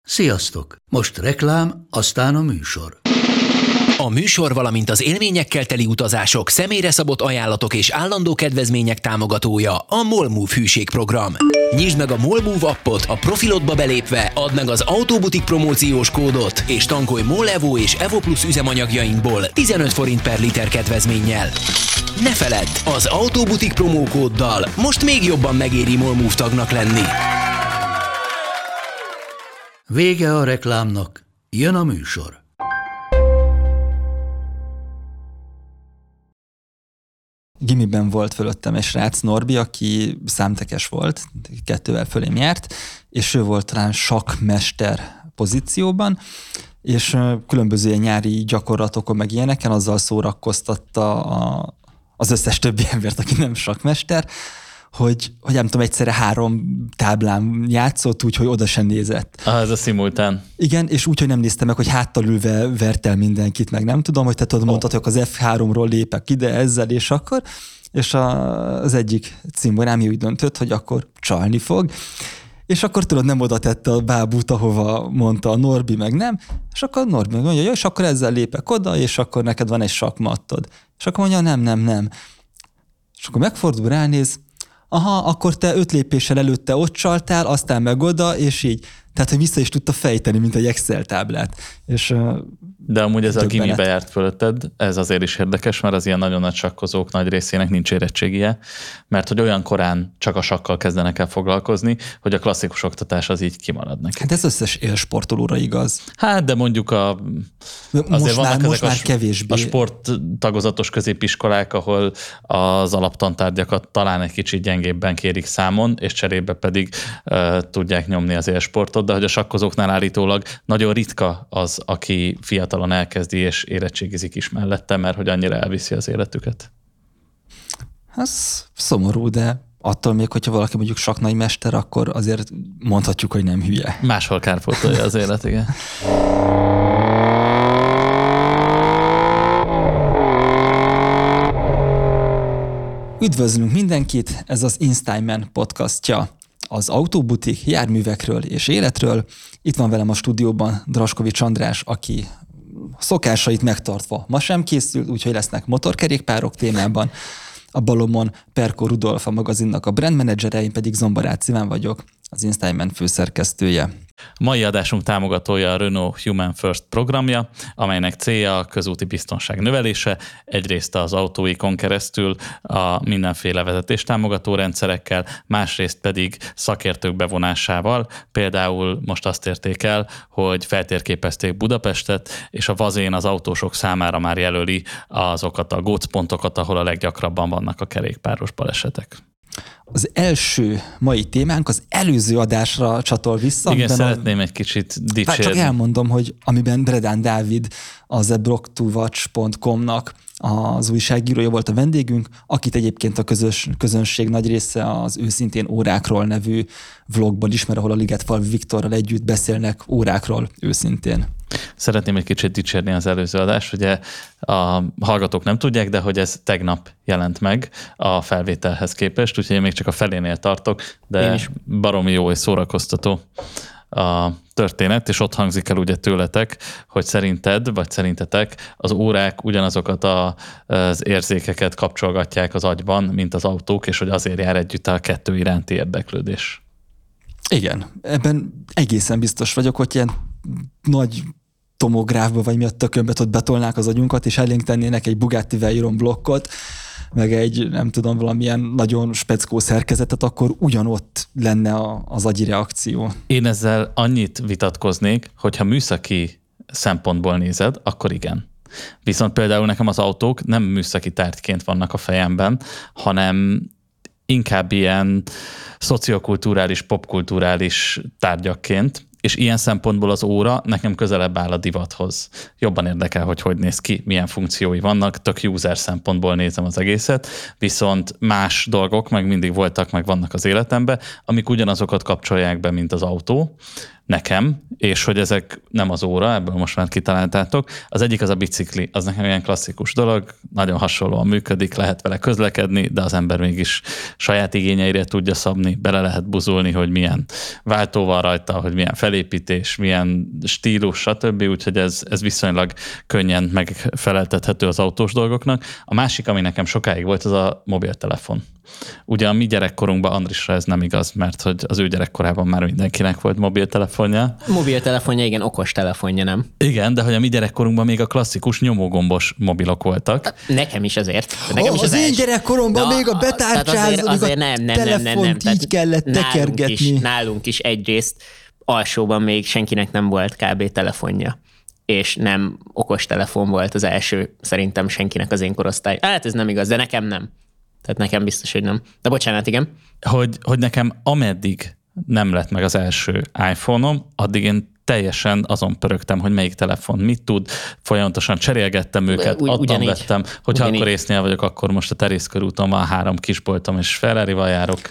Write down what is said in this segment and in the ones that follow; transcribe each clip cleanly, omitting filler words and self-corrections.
Sziasztok! Most reklám, aztán a műsor. A műsor, valamint az élményekkel teli utazások, személyre szabott ajánlatok és állandó kedvezmények támogatója a MOL Move hűségprogram. Nyisd meg a MOL Move appot, a profilodba belépve, add meg az Autóbutik promóciós kódot, és tankolj MOL Evo és Evo Plus üzemanyagjainkból 15 forint per liter kedvezménnyel. Ne feledd, az Autóbutik promókóddal most még jobban megéri MOL Move tagnak lenni. Vége a reklámnak, jön a műsor. Gimiben volt fölöttem egy srác, Norbi, aki számtekes volt, 2-vel fölém járt, és ő volt talán sakkmester pozícióban, és különböző ilyen nyári gyakorlatokon meg ilyeneken azzal szórakoztatta az összes többi embert, aki nem sakkmester, hogy nem tudom, egyszerre 3 táblán játszott, úgyhogy oda sem nézett. Ez a szimultán. Igen, és úgy, hogy nem nézte meg, hogy háttal ülve vert el mindenkit, meg nem tudom, hogy te tudod, mondtad, hogy az F3-ról lépek ide ezzel, és akkor, és az egyik cimborám úgy döntött, hogy akkor csalni fog, és akkor tudod, nem oda tette a bábút, ahova mondta a Norbi, meg nem, és akkor a Norbi meg mondja, jó, és akkor ezzel lépek oda, és akkor neked van egy sakkmattod. És akkor mondja, nem. És akkor megfordul, ránéz, aha, akkor te 5 lépéssel előtte ott csaltál, aztán meg oda, és így. Tehát, hogy vissza is tudta fejteni, mint egy Excel táblát. És, de amúgy ez a gimibe járt fölötted, ez azért is érdekes, mert az ilyen nagyon nagy sakkozók nagy részének nincs érettségie, mert hogy olyan korán csak a sakkal kezdenek el foglalkozni, hogy a klasszikus oktatás az így kimarad neki. Hát ez összes élsportolóra igaz. Hát, de mondjuk azért vannak ezek kevésbé. A sporttagozatos középiskolák, ahol az alaptantárgyakat talán egy kicsit gyengébben kérik számon, és cserébe pedig tudják nyomni az élsportot, de hogy a sakkozóknál állítólag nagyon ritka az, aki fiatalon elkezdi és érettségizik is mellette, mert hogy annyira elviszi az életüket. Ez szomorú, de attól még, hogyha valaki mondjuk sakknagymester, akkor azért mondhatjuk, hogy nem hülye. Máshol kárpótolja az élet, igen. Üdvözlünk mindenkit, ez az Installment podcastja az autóbutik, járművekről és életről. Itt van velem a stúdióban Draskovics András, aki szokásait megtartva ma sem készült, úgyhogy lesznek motorkerékpárok témában. A balomon Perko Rudolf, a magazinnak a brand menedzsere, én pedig Zombarácz Iván vagyok, az Installment főszerkesztője. A mai adásunk támogatója a Renault Human First programja, amelynek célja a közúti biztonság növelése, egyrészt az autóikon keresztül a mindenféle vezetéstámogató rendszerekkel, másrészt pedig szakértők bevonásával. Például most azt érték el, hogy feltérképezték Budapestet, és a Vazén az autósok számára már jelöli azokat a gócpontokat, ahol a leggyakrabban vannak a kerékpáros balesetek. Az első mai témánk az előző adásra csatol vissza. Igen, szeretném egy kicsit dicsérni. Csak elmondom, hogy amiben Bredán Dávid, az abrock2watch.com-nak az újságírója volt a vendégünk, akit egyébként a közönség nagy része az Őszintén órákról nevű vlogból ismer, ahol a Ligetfalvi Viktorral együtt beszélnek órákról őszintén. Szeretném egy kicsit dicsérni az előző adást, ugye a hallgatók nem tudják, de hogy ez tegnap jelent meg a felvételhez képest, úgyhogy én még csak a felénél tartok, de baromi jó és szórakoztató a történet, és ott hangzik el ugye tőletek, hogy szerinted, vagy szerintetek az órák ugyanazokat az érzékeket kapcsolgatják az agyban, mint az autók, és hogy azért jár együtt a kettő iránti érdeklődés. Igen, ebben egészen biztos vagyok, hogy ilyen nagy tomográfba, vagy mi a tökönbe ott betolnák az agyunkat, és elénk tennének egy Bugatti Veyron blokkot, meg egy, nem tudom, valamilyen nagyon speckó szerkezetet, akkor ugyanott lenne az agyi reakció. Én ezzel annyit vitatkoznék, hogyha műszaki szempontból nézed, akkor igen. Viszont például nekem az autók nem műszaki tárgyként vannak a fejemben, hanem inkább ilyen szociokulturális, popkulturális tárgyakként, és ilyen szempontból az óra nekem közelebb áll a divathoz. Jobban érdekel, hogy néz ki, milyen funkciói vannak, tök user szempontból nézem az egészet, viszont más dolgok meg mindig voltak, meg vannak az életemben, amik ugyanazokat kapcsolják be, mint az autó. nekem, és hogy ezek nem az óra, ebből most már kitaláltátok. Az egyik az a bicikli, az nekem ilyen klasszikus dolog, nagyon hasonlóan működik, lehet vele közlekedni, de az ember mégis saját igényeire tudja szabni, bele lehet buzulni, hogy milyen váltó van rajta, hogy milyen felépítés, milyen stílus, stb. Úgyhogy ez viszonylag könnyen megfeleltethető az autós dolgoknak. A másik, ami nekem sokáig volt, az a mobiltelefon. Ugye a mi gyerekkorunkban Andrisra ez nem igaz, mert hogy az ő gyerekkorában már mindenkinek volt mobiltelefonja. Mobiltelefonja, igen, okos telefonja, nem? Igen, de hogy a mi gyerekkorunkban még a klasszikus nyomógombos mobilok voltak. Nekem is azért. Nekem is az én gyerekkoromban még a betárcsázó, telefont így kellett tekergetni. Nálunk is egyrészt alsóban még senkinek nem volt kb. Telefonja, és nem okos telefon volt az első, szerintem senkinek az én korosztály. Hát ez nem igaz, de nekem nem. Tehát nekem biztos, hogy nem. De bocsánat, igen. Hogy nekem ameddig nem lett meg az első iPhone-om, addig én teljesen azon pörögtem, hogy melyik telefon mit tud, folyamatosan cserélgettem őket, adtam, vettem, hogyha akkor észnél vagyok, akkor most a Terészkörúton van 3 kisboltom, és Ferrarival járok,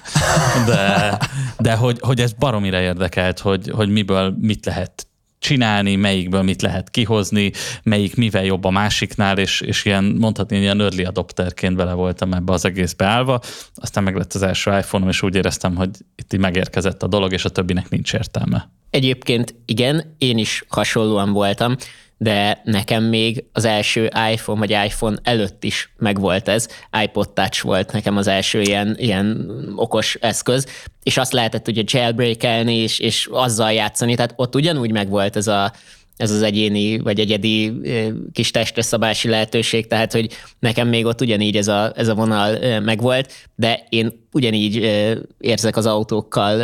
de hogy ez baromira érdekelt, hogy miből mit lehet csinálni, melyikből mit lehet kihozni, melyik mivel jobb a másiknál, és ilyen, mondhatni, ilyen early adopterként bele voltam ebbe az egészbe állva. Aztán meg lett az első iPhone-om, és úgy éreztem, hogy itt így megérkezett a dolog, és a többinek nincs értelme. Egyébként igen, én is hasonlóan voltam, de nekem még az első iPhone vagy iPhone előtt is megvolt ez. iPod Touch volt nekem az első ilyen okos eszköz, és azt lehetett ugye jailbreakelni, és azzal játszani, tehát ott ugyanúgy megvolt ez az egyéni vagy egyedi kis testre szabási lehetőség, tehát hogy nekem még ott ugyanígy ez a vonal megvolt, de én ugyanígy érzek az autókkal,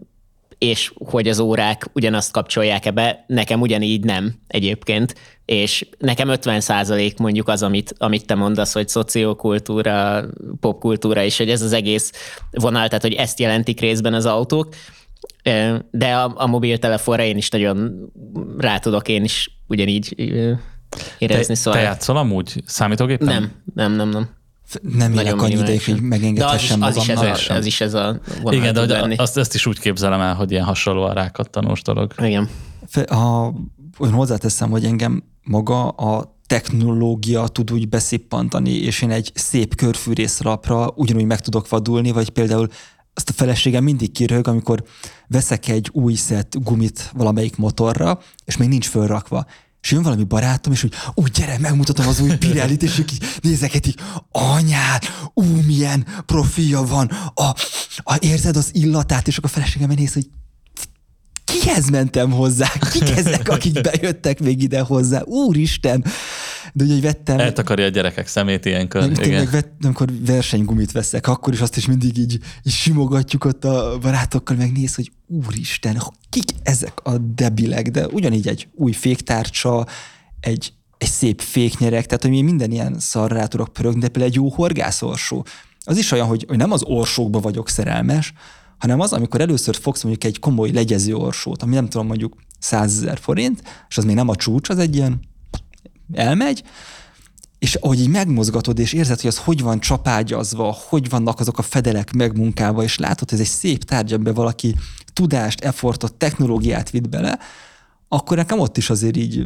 és hogy az órák ugyanazt kapcsolják be, nekem ugyanígy nem egyébként, és nekem 50% mondjuk az, amit te mondasz, hogy szociokultúra, popkultúra, és hogy ez az egész vonal, tehát hogy ezt jelentik részben az autók, de a mobiltelefonra én is nagyon rá tudok én is ugyanígy érezni. Te játszol amúgy számítógépen? Nem. Nem élek annyi ideig, hogy megengedhessem magamnak. Az is ez a vonal. Igen, de azt is úgy képzelem el, hogy ilyen hasonlóan rákattanós dolog. Igen. Olyan hozzáteszem, hogy engem maga a technológia tud úgy beszippantani, és én egy szép körfűrészlapra ugyanúgy meg tudok vadulni, vagy például azt a feleségem mindig kiröhög, amikor veszek egy új szett gumit valamelyik motorra, és még nincs fölrakva. És jön valami barátom, és hogy gyere, megmutatom az új Pirellit, és ők nézek így, anyád, milyen profilja van, érzed az illatát, és akkor a feleségem néz, hogy kihez mentem hozzá? Kik ezek, akik bejöttek még ide hozzá? Úristen! De ugye, hogy vettem... Eltakarja a gyerekek szemét ilyenkor. Amikor versenygumit veszek, akkor is azt is mindig így simogatjuk ott a barátokkal, megnéz, hogy úristen, kik ezek a debilek? De ugyanígy egy új féktárcsa, egy szép féknyerek, tehát hogy minden ilyen szarra rá tudok pörögni, de például egy jó horgászorsó. Az is olyan, hogy nem az orsókba vagyok szerelmes, hanem az, amikor először fogsz mondjuk egy komoly legyező orsót, ami nem tudom, mondjuk 100 000 forint, és az még nem a csúcs, az egy ilyen elmegy, és ahogy így megmozgatod, és érzed, hogy az hogy van csapágyazva, hogy vannak azok a fedelek megmunkálva, és látod, hogy ez egy szép tárgy, amiben valaki tudást, effortot, technológiát vitt bele, akkor nekem ott is azért így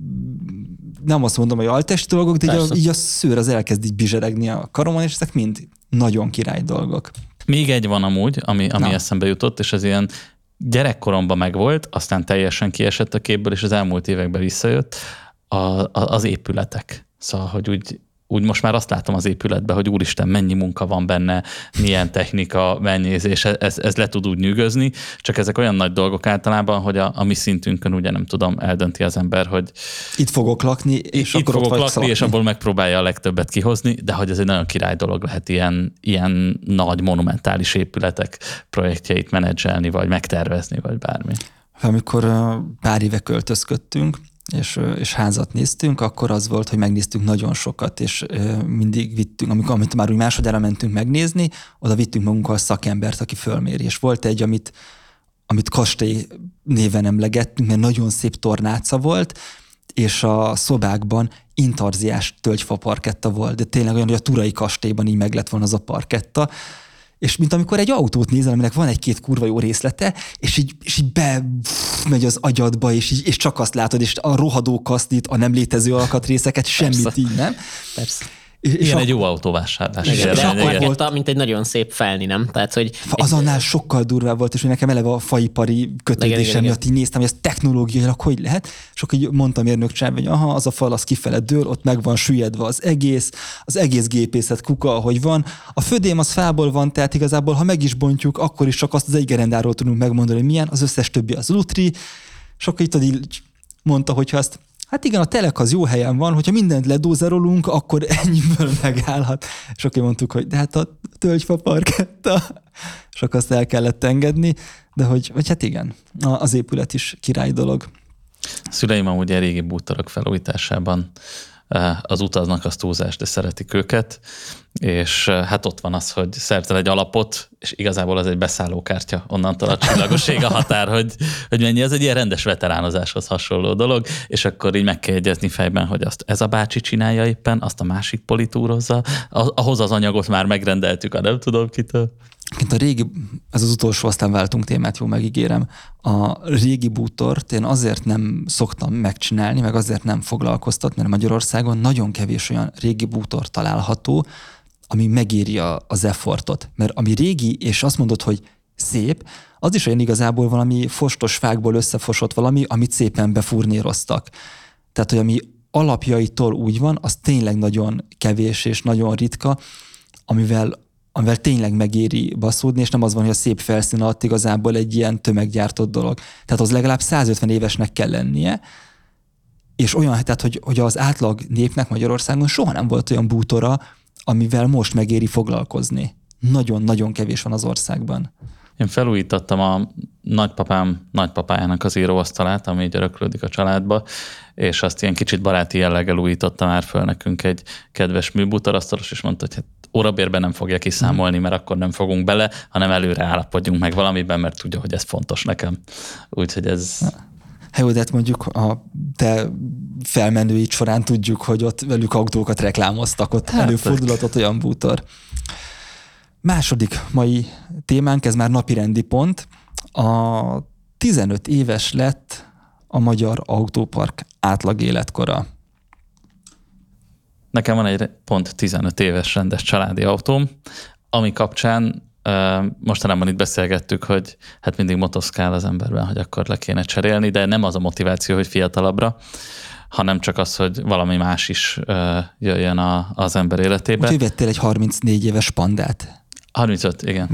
nem azt mondom, hogy altesti dolgok, de így a szőr az elkezd így bizseregni a karomon, és ezek mind nagyon király dolgok. Még egy van amúgy, ami eszembe jutott, és ez ilyen gyerekkoromban megvolt, aztán teljesen kiesett a képből, és az elmúlt években visszajött, az épületek. Szóval, hogy úgy most már azt látom az épületben, hogy úristen, mennyi munka van benne, milyen technika, mennyézés, ez le tud úgy nyűgözni, csak ezek olyan nagy dolgok általában, hogy a mi szintünkön ugye nem tudom, eldönti az ember, hogy itt fogok lakni, és itt fogok lakni, és abból megpróbálja a legtöbbet kihozni, de hogy ez egy nagyon király dolog lehet ilyen nagy monumentális épületek projektjeit menedzselni, vagy megtervezni, vagy bármi. Amikor pár éve költözködtünk, és házat néztünk, akkor az volt, hogy megnéztünk nagyon sokat, és mindig vittünk, amit már úgy másodjára mentünk megnézni, oda vittünk magunkkal a szakembert, aki fölméri. És volt egy, amit kastély néven emlegettünk, mert nagyon szép tornáca volt, és a szobákban intarziás tölgyfa parketta volt, de tényleg olyan, hogy a Turai kastélyban így meg lett volna az a parketta, És mint amikor egy autót nézel, aminek van egy-két kurva jó részlete, és így megy az agyadba, és csak azt látod, és a rohadó kasztit, a nem létező alkatrészeket, semmit így nem. Persze. Igen, egy jó autóvásárlás. De akkor volt, mint egy nagyon szép felni, nem? Tehát, hogy azonnal sokkal durvább volt, és hogy nekem eleve a faipari kötődésem miatt így néztem, hogy ez technológiailag hogy lehet, és akkor így mondtam érnökcsávban, hogy aha, az a fal az kifele dől, ott meg van süllyedve az egész gépészet kuka, ahogy van. A födém az fából van, tehát igazából, ha meg is bontjuk, akkor is csak azt az egy gerendáról tudunk megmondani, hogy milyen, az összes többi az lutri, és akkor így mondta, hogy ha ezt hát igen, a telek az jó helyen van, hogyha mindent ledózerolunk, akkor ennyiből megállhat. És akkor mondtuk, hogy de hát a tölgyfa parketta, és akkor azt el kellett engedni, de hogy hát igen, az épület is király dolog. A szüleim amúgy a régi bútorok felújításában az utaznak, az túlzás, de szeretik őket, és hát ott van az, hogy szerzel egy alapot, és igazából az egy beszállókártya, onnantól a csillagoség a határ, hogy mennyi, ez egy ilyen rendes veteránozáshoz hasonló dolog, és akkor így meg kell jegyezni fejben, hogy azt ez a bácsi csinálja éppen, azt a másik politúrozza, ahhoz az anyagot már megrendeltük, a nem tudom kitől. A régi, ez az utolsó, aztán váltunk témát, jó, megígérem. A régi bútort én azért nem szoktam megcsinálni, meg azért nem foglalkoztat, mert Magyarországon nagyon kevés olyan régi bútor található, ami megéri az effortot. Mert ami régi, és azt mondod, hogy szép, az is olyan igazából valami fostos fákból összefosott valami, amit szépen befurnéroztak. Tehát, hogy ami alapjaitól úgy van, az tényleg nagyon kevés és nagyon ritka, amivel tényleg megéri baszódni, és nem az van, hogy a szép felszín alatt igazából egy ilyen tömeggyártott dolog. Tehát az legalább 150 évesnek kell lennie, és olyan, tehát hogy az átlag népnek Magyarországon soha nem volt olyan bútora, amivel most megéri foglalkozni. Nagyon-nagyon kevés van az országban. Én felújítottam a nagypapám nagypapájának az íróasztalát, ami így öröklődik a családba, és azt ilyen kicsit baráti jelleggel újította már föl nekünk egy kedves műbútorasztalos, és mondta, hogy hát órabérben nem fogja kiszámolni, mert akkor nem fogunk bele, hanem előre állapodjunk meg valamiben, mert tudja, hogy ez fontos nekem. Úgyhogy ez... Hát jó, de hát mondjuk a te felmenőid során tudjuk, hogy ott velük autókat reklámoztak, ott előfordulatot olyan bútor. Második mai témánk, ez már napirendi pont. A 15 éves lett a magyar autópark átlag életkora. Nekem van egy pont 15 éves rendes családi autóm, ami kapcsán mostanában itt beszélgettük, hogy hát mindig motoszkál az emberben, hogy akkor le kéne cserélni, de nem az a motiváció, hogy fiatalabbra, hanem csak az, hogy valami más is jöjjön az ember életébe. Úgyhogy vettél egy 34 éves pandát. 35, igen.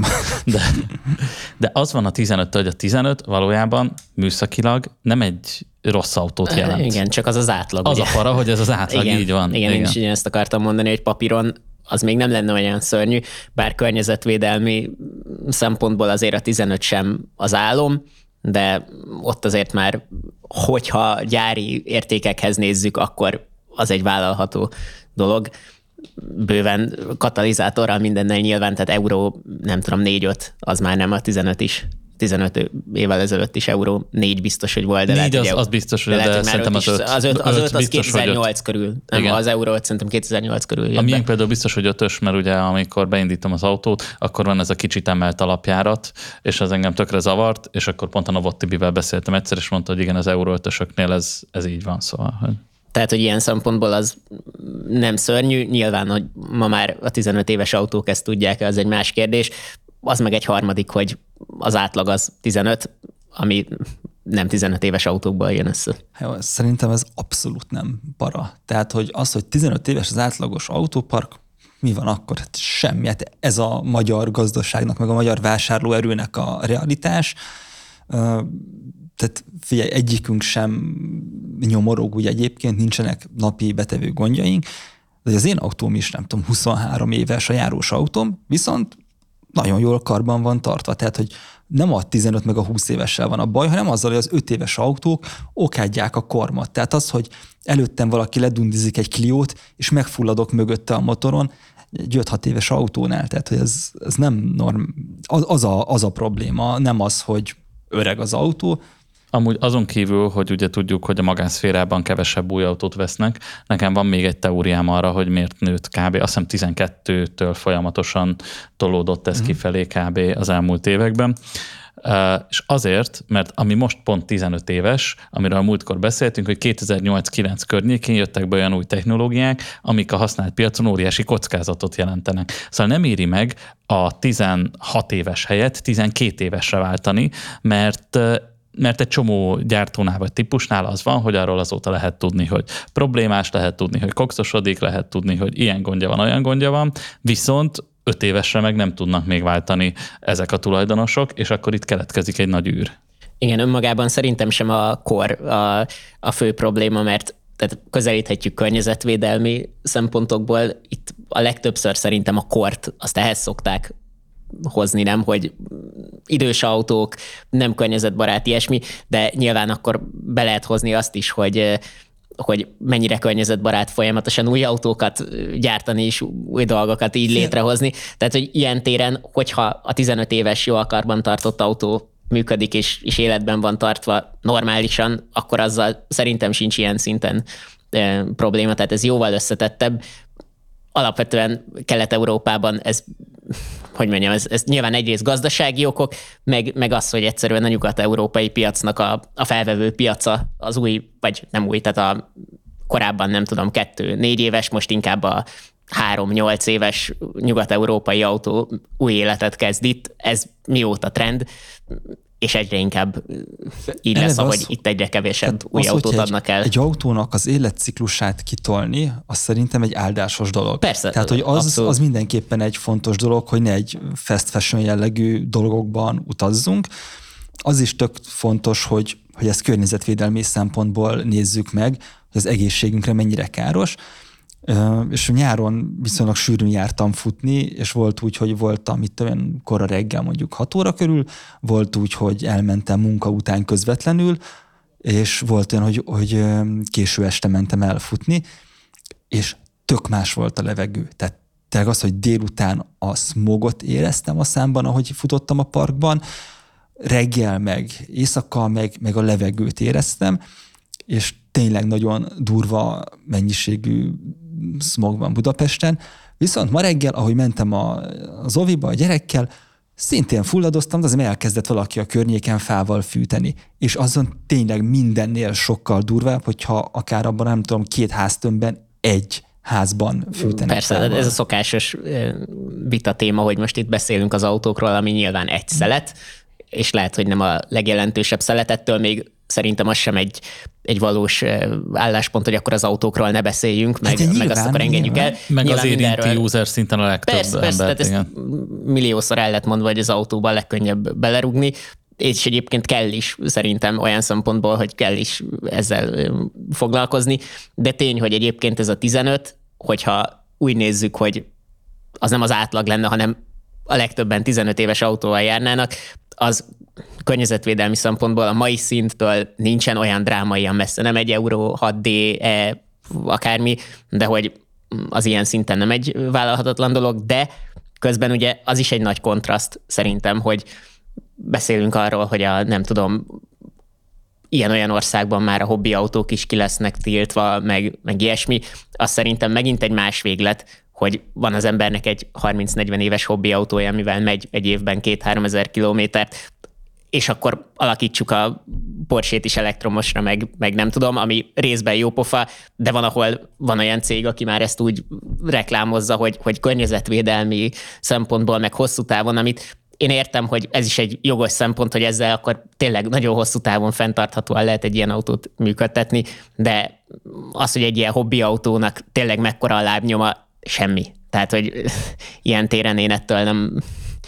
De az van a 15-től, hogy a 15 valójában műszakilag nem egy rossz autót jelent. Igen, csak az átlag. Az ugye? A para, hogy ez az átlag, igen, így van. Igen, én is ezt akartam mondani, hogy papíron az még nem lenne olyan szörnyű, bár környezetvédelmi szempontból azért a 15 sem az álom, de ott azért már, hogyha gyári értékekhez nézzük, akkor az egy vállalható dolog. Bőven katalizátorral mindennel nyilván, tehát euró, nem tudom, 4-5, az már nem a 15 is. 15 évvel ezelőtt is euró 4 biztos, hogy volt. De 4 lehet, az biztos, hogy de szerintem az 5. Az 5 az 2008 körül. Nem, az euró szerintem 2008 körül jött. A miénk például biztos, hogy 5-ös, mert ugye amikor beindítom az autót, akkor van ez a kicsit emelt alapjárat, és az engem tökre zavart, és akkor pont a Novottibivel beszéltem egyszer, és mondta, hogy igen, az euró 5-ösöknél ez így van, szóval. Hogy... Tehát, hogy ilyen szempontból az nem szörnyű. Nyilván, hogy ma már a 15 éves autók ezt tudják, az egy más kérdés. Az meg egy harmadik, hogy az átlag az 15, ami nem 15 éves autókból jön össze. Jó, szerintem ez abszolút nem para. Tehát, hogy az, hogy 15 éves az átlagos autópark, mi van akkor? Hát semmi. Hát ez a magyar gazdaságnak, meg a magyar vásárlóerőnek a realitás. Tehát figyelj, egyikünk sem nyomorog, úgy egyébként nincsenek napi betevő gondjaink, de az én autóm is, nem tudom, 23 éves a járós autóm, viszont nagyon jól karban van tartva. Tehát, hogy nem a 15 meg a 20 évessel van a baj, hanem azzal, hogy az 5 éves autók okádják a kormat. Tehát az, hogy előttem valaki ledundizik egy Cliót, és megfulladok mögötte a motoron, egy 5-6 éves autónál. Tehát, hogy ez nem az a probléma, nem az, hogy öreg az autó, Amúgy azon kívül, hogy ugye tudjuk, hogy a magánszférában kevesebb új autót vesznek, nekem van még egy teóriám arra, hogy miért nőtt kb. Azt hiszem 12-től folyamatosan tolódott ez kifelé kb. Az elmúlt években. És azért, mert ami most pont 15 éves, amiről a múltkor beszéltünk, hogy 2008-9 környékén jöttek be olyan új technológiák, amik a használt piacon óriási kockázatot jelentenek. Szóval nem éri meg a 16 éves helyett 12 évesre váltani, mert egy csomó gyártónál vagy típusnál az van, hogy arról azóta lehet tudni, hogy problémás, lehet tudni, hogy kokszosodik, lehet tudni, hogy ilyen gondja van, olyan gondja van, viszont 5 évesre meg nem tudnak még váltani ezek a tulajdonosok, és akkor itt keletkezik egy nagy űr. Igen, önmagában szerintem sem a kor a fő probléma, mert tehát közelíthetjük környezetvédelmi szempontokból. Itt a legtöbbször szerintem a kort azt ehhez szokták hozni, nem, hogy idős autók, nem környezetbarát, ilyesmi, de nyilván akkor be lehet hozni azt is, hogy mennyire környezetbarát folyamatosan új autókat gyártani és új dolgokat így létrehozni. Tehát, hogy ilyen téren, hogyha a 15 éves jól karbantartott autó működik és életben van tartva normálisan, akkor azzal szerintem sincs ilyen szinten probléma, tehát ez jóval összetettebb. Alapvetően Kelet-Európában ez nyilván egyrészt gazdasági okok, meg az, hogy egyszerűen a nyugat-európai piacnak a felvevő piaca az új, vagy nem új, tehát a korábban nem tudom, 2-4 éves, most inkább a 3-8 éves nyugat-európai autó új életet kezd itt. Ez mióta trend, és egyre inkább így lesz, ahogy itt egyre kevesebb új autót adnak el. Egy autónak az életciklusát kitolni, az szerintem egy áldásos dolog. Persze. Tehát, hogy az mindenképpen egy fontos dolog, hogy ne egy fast fashion jellegű dolgokban utazzunk. Az is tök fontos, hogy ezt környezetvédelmi szempontból nézzük meg, hogy az egészségünkre mennyire káros. És nyáron viszonylag sűrűn jártam futni, és volt úgy, hogy voltam itt olyan kora reggel, mondjuk 6 óra körül, volt úgy, hogy elmentem munka után közvetlenül, és volt olyan, hogy késő este mentem el futni, és tök más volt a levegő. Tehát az, hogy délután a smogot éreztem a számban, ahogy futottam a parkban, reggel meg éjszaka meg a levegőt éreztem, és tényleg nagyon durva mennyiségű smog van Budapesten. Viszont ma reggel, ahogy mentem az oviba a gyerekkel, szintén fulladoztam, de azért elkezdett valaki a környéken fával fűteni. És azon tényleg mindennél sokkal durvább, hogyha akár abban, nem tudom, 2 háztömbben egy házban fűtenek. Persze, fával. Ez a szokásos vita téma, hogy most itt beszélünk az autókról, ami nyilván egy szelet, és lehet, hogy nem a legjelentősebb szelet, ettől még szerintem az sem egy valós álláspont, hogy akkor az autókról ne beszéljünk, meg azt akkor engedjük el. Meg nyilván az érinti user szinten a legtöbb persze, tehát ezt milliószor el lett mondva, hogy az autóban legkönnyebb belerugni, és egyébként kell is szerintem olyan szempontból, hogy kell is ezzel foglalkozni, de tény, hogy egyébként ez a 15, hogyha úgy nézzük, hogy az nem az átlag lenne, hanem a legtöbben 15 éves autóval járnának, az környezetvédelmi szempontból a mai szinttől nincsen olyan drámaian messze, nem egy Euro 6D, akármi, de hogy az ilyen szinten nem egy vállalhatatlan dolog, de közben ugye az is egy nagy kontraszt szerintem, hogy beszélünk arról, hogy nem tudom, ilyen-olyan országban már a hobbi autók is ki lesznek tiltva, meg ilyesmi, az szerintem megint egy más véglet, hogy van az embernek egy 30-40 éves hobbi autója, amivel megy egy évben 2-3 ezer kilométert, és akkor alakítsuk a Porsche-t is elektromosra, meg nem tudom, ami részben jó pofa, de van olyan cég, aki már ezt úgy reklámozza, hogy környezetvédelmi szempontból, meg hosszú távon, amit én értem, hogy ez is egy jogos szempont, hogy ezzel akkor tényleg nagyon hosszú távon fenntarthatóan lehet egy ilyen autót működtetni, de az, hogy egy ilyen hobbi autónak tényleg mekkora a lábnyoma, semmi. Tehát, hogy ilyen téren én ettől nem...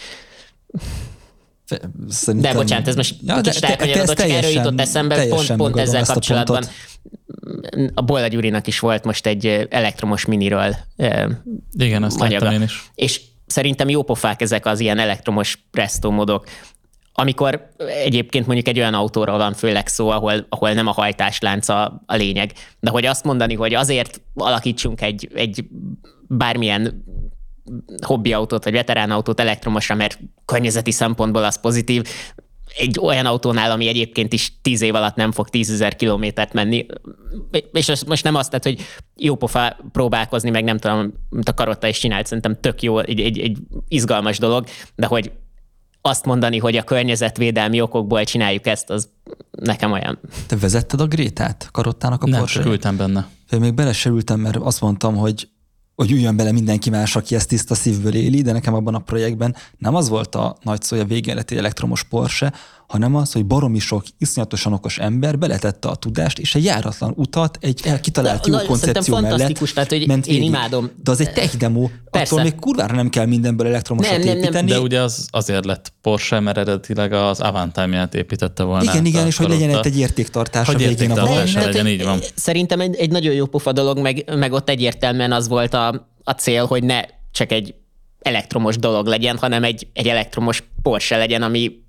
Szerintem... De bocsánat, ez most kicsit elkanyarodott, csak erről jutott eszembe, pont ezzel kapcsolatban. A Bolla Gyurinak is volt most egy elektromos miniről igen, azt láttam én is. És szerintem jópofák ezek az ilyen elektromos presto-modok, amikor egyébként mondjuk egy olyan autóról van főleg szó, ahol nem a hajtáslánc a lényeg. De hogy azt mondani, hogy azért alakítsunk egy bármilyen hobbiautót vagy veteránautót elektromosra, mert környezeti szempontból az pozitív, egy olyan autónál, ami egyébként is 10 év alatt nem fog 10 000 kilométert menni, és most nem azt, tehát, hogy jó pofa próbálkozni, meg nem tudom, mint a Karotta is csinált, szerintem tök jó, egy izgalmas dolog, de hogy azt mondani, hogy a környezetvédelmi okokból csináljuk ezt, az nekem olyan. Te vezetted a Grétát Karottának a Nem, Porsche? csak ültem benne. Én még bele se ültem, mert azt mondtam, hogy üljön bele mindenki más, aki ezt tiszta szívből éli, de nekem abban a projektben nem az volt a nagy szó, hogy a végén lett egy elektromos Porsche, hanem az, hogy baromi sok iszonyatosan okos ember beletette a tudást, és egy járatlan utat egy kitalált jó koncepció mellett tehát, hogy ment én végig. imádom. De az egy tech demo, Persze. attól még kurvára nem kell mindenből elektromosat építeni. De ugye az azért lett Porsche, mert eredetileg az Avantime-ját építette volna. Igen, és hogy legyen egy értéktartás a végén a Porsche legyen, így van. Szerintem egy nagyon jó pofa dolog, meg ott egyértelműen az volt a cél, hogy ne csak egy elektromos dolog legyen, hanem egy elektromos Porsche legyen, ami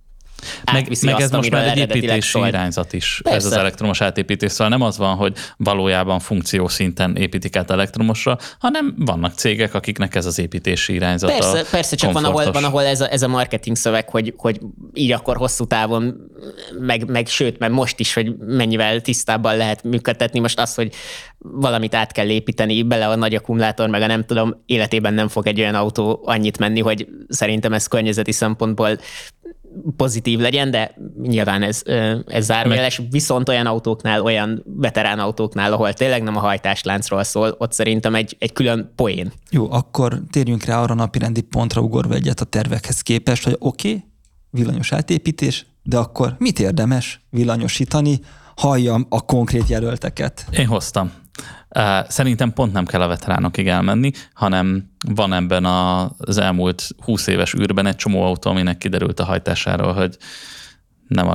meg ez most már egy építési irányzat is, persze. Ez az elektromos átépítés. Szóval nem az van, hogy valójában funkciószinten építik át elektromosra, hanem vannak cégek, akiknek ez az építési irányzata. Persze, csak van, ahol ez a marketing szöveg, hogy így akkor hosszú távon, meg sőt, mert most is, hogy mennyivel tisztábban lehet működtetni. Most az, hogy valamit át kell építeni, bele a nagy akkumulátor, meg a nem tudom, életében nem fog egy olyan autó annyit menni, hogy szerintem ez környezeti szempontból pozitív legyen, de nyilván ez zárójeles, viszont olyan autóknál, olyan veterán autóknál, ahol tényleg nem a hajtásláncról szól, ott szerintem egy külön poén. Jó, akkor térjünk rá arra napirendi pontra, ugorva egyet a tervekhez képest, hogy oké, villanyos átépítés, de akkor mit érdemes villanyosítani? Halljam a konkrét jelölteket. Én hoztam. Szerintem pont nem kell a veteránokig elmenni, hanem van ebben az elmúlt 20 éves űrben egy csomó autó, aminek kiderült a hajtásáról, hogy nem a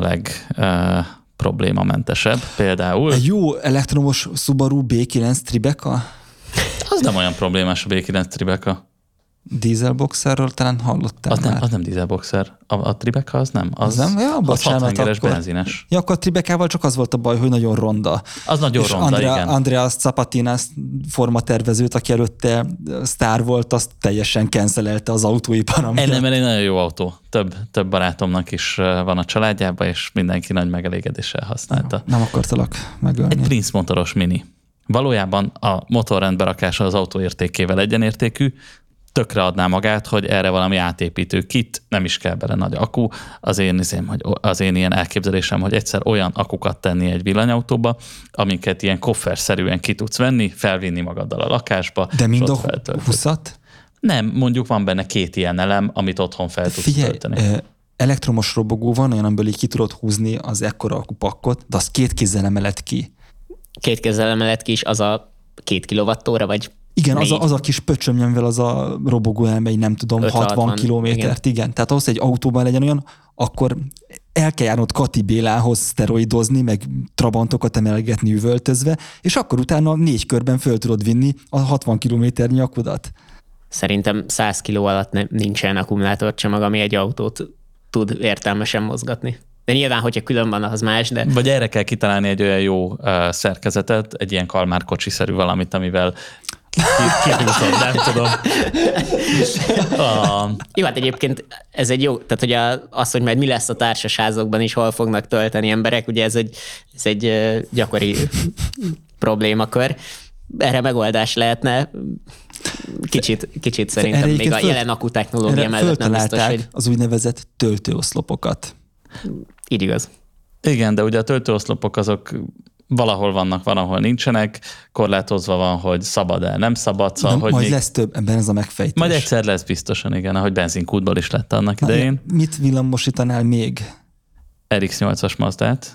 legproblémamentesebb. Például... Egy jó elektromos Subaru B9 Tribeca? Az nem olyan problémás a B9 Tribeca. Dieselboxerről talán hallottál már? Az nem dieselboxer. A Tribeca az nem. Az nem? Ja, az 6 hengeres akkor... benzines. Ja, akkor a Tribecával csak az volt a baj, hogy nagyon ronda. Az nagyon és ronda, igen. Andreas Zapatinas formatervezőt, aki előtte sztár volt, azt teljesen cancelelte az autóipar. Ennél egy nagyon jó autó. Több barátomnak is van a családjában, és mindenki nagy megelégedéssel használta. Nem akartalak megölni. Egy Prince motoros mini. Valójában a motorrendberakása az autó értékével egyenértékű, tökre adná magát, hogy erre valami átépítő kit, nem is kell bele nagy akku. Az én ilyen elképzelésem, hogy egyszer olyan akukat tenni egy villanyautóba, amiket ilyen kofferszerűen ki tudsz venni, felvinni magaddal a lakásba. De mind a 20-at? Nem, mondjuk van benne 2 ilyen elem, amit otthon fel tudsz tölteni. Elektromos robogó van, olyan, amiből így ki tudod húzni az ekkora akupakkot, de az 2 kézzel emeled ki. 2 kézzel emeled ki is, az a 2 kilowattóra, vagy igen, az a kis pöcsömnyemvel az a robogó elmei, nem tudom, 60 kilométert, igen. Tehát ahhoz, hogy egy autóban legyen olyan, akkor el kell járnod Kati Bélához szteroidozni, meg trabantokat emelgetni üvöltözve, és akkor utána 4 körben föl tudod vinni a 60 kilométernyi akudat. Szerintem 100 kiló alatt nincsen akkumulátorcsomag, ami egy autót tud értelmesen mozgatni. De nyilván, hogyha külön van, az más, de... Vagy erre kell kitalálni egy olyan jó szerkezetet, egy ilyen Kalmár kocsiszerű valamit, amivel kihúzod, nem tudom. Jó, hát egyébként ez egy jó, tehát hogy az, hogy majd mi lesz a társasházokban is, hol fognak tölteni emberek, ugye ez egy gyakori problémakör. Erre megoldás lehetne. Kicsit szerintem még a jelen akkutechnológia mellett nem biztos, hogy... az úgynevezett töltőoszlopokat. Így igaz. Igen, de ugye a töltőoszlopok azok valahol vannak, van, ahol nincsenek, korlátozva van, hogy szabad-e, nem szabad. Szóval, hogy majd lesz több, ebben ez a megfejtés. Majd egyszer lesz biztosan, igen, ahogy benzinkútból is lett annak idején. Mit villamosítanál még? RX-8-as Mazdát.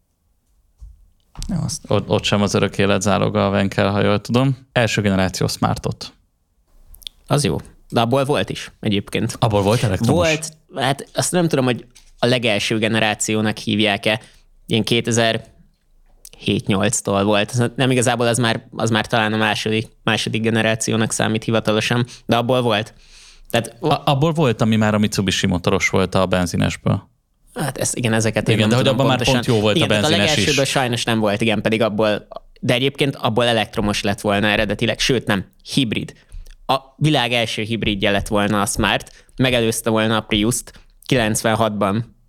Ja, ott sem az örök élet záloga a Venkel, ha jól tudom. Első generáció Smartot. Az jó. De abból volt is egyébként. Abból volt elektromos? Volt, hát azt nem tudom, hogy a legelső generációnak hívják-e. Ilyen 2007-8-tól volt. Nem igazából az már talán a második generációnak számít hivatalosan, de abból volt. Tehát, abból volt, ami már a Mitsubishi motoros volt a benzinesből. Hát ezeket igen, de hogy abban már pont jó volt igen, a benzines is. A legelsőből sajnos nem volt, igen, pedig abból, de egyébként abból elektromos lett volna eredetileg, sőt nem, hibrid. A világ első hibridje lett volna a Smart, megelőzte volna a Priust 96-ban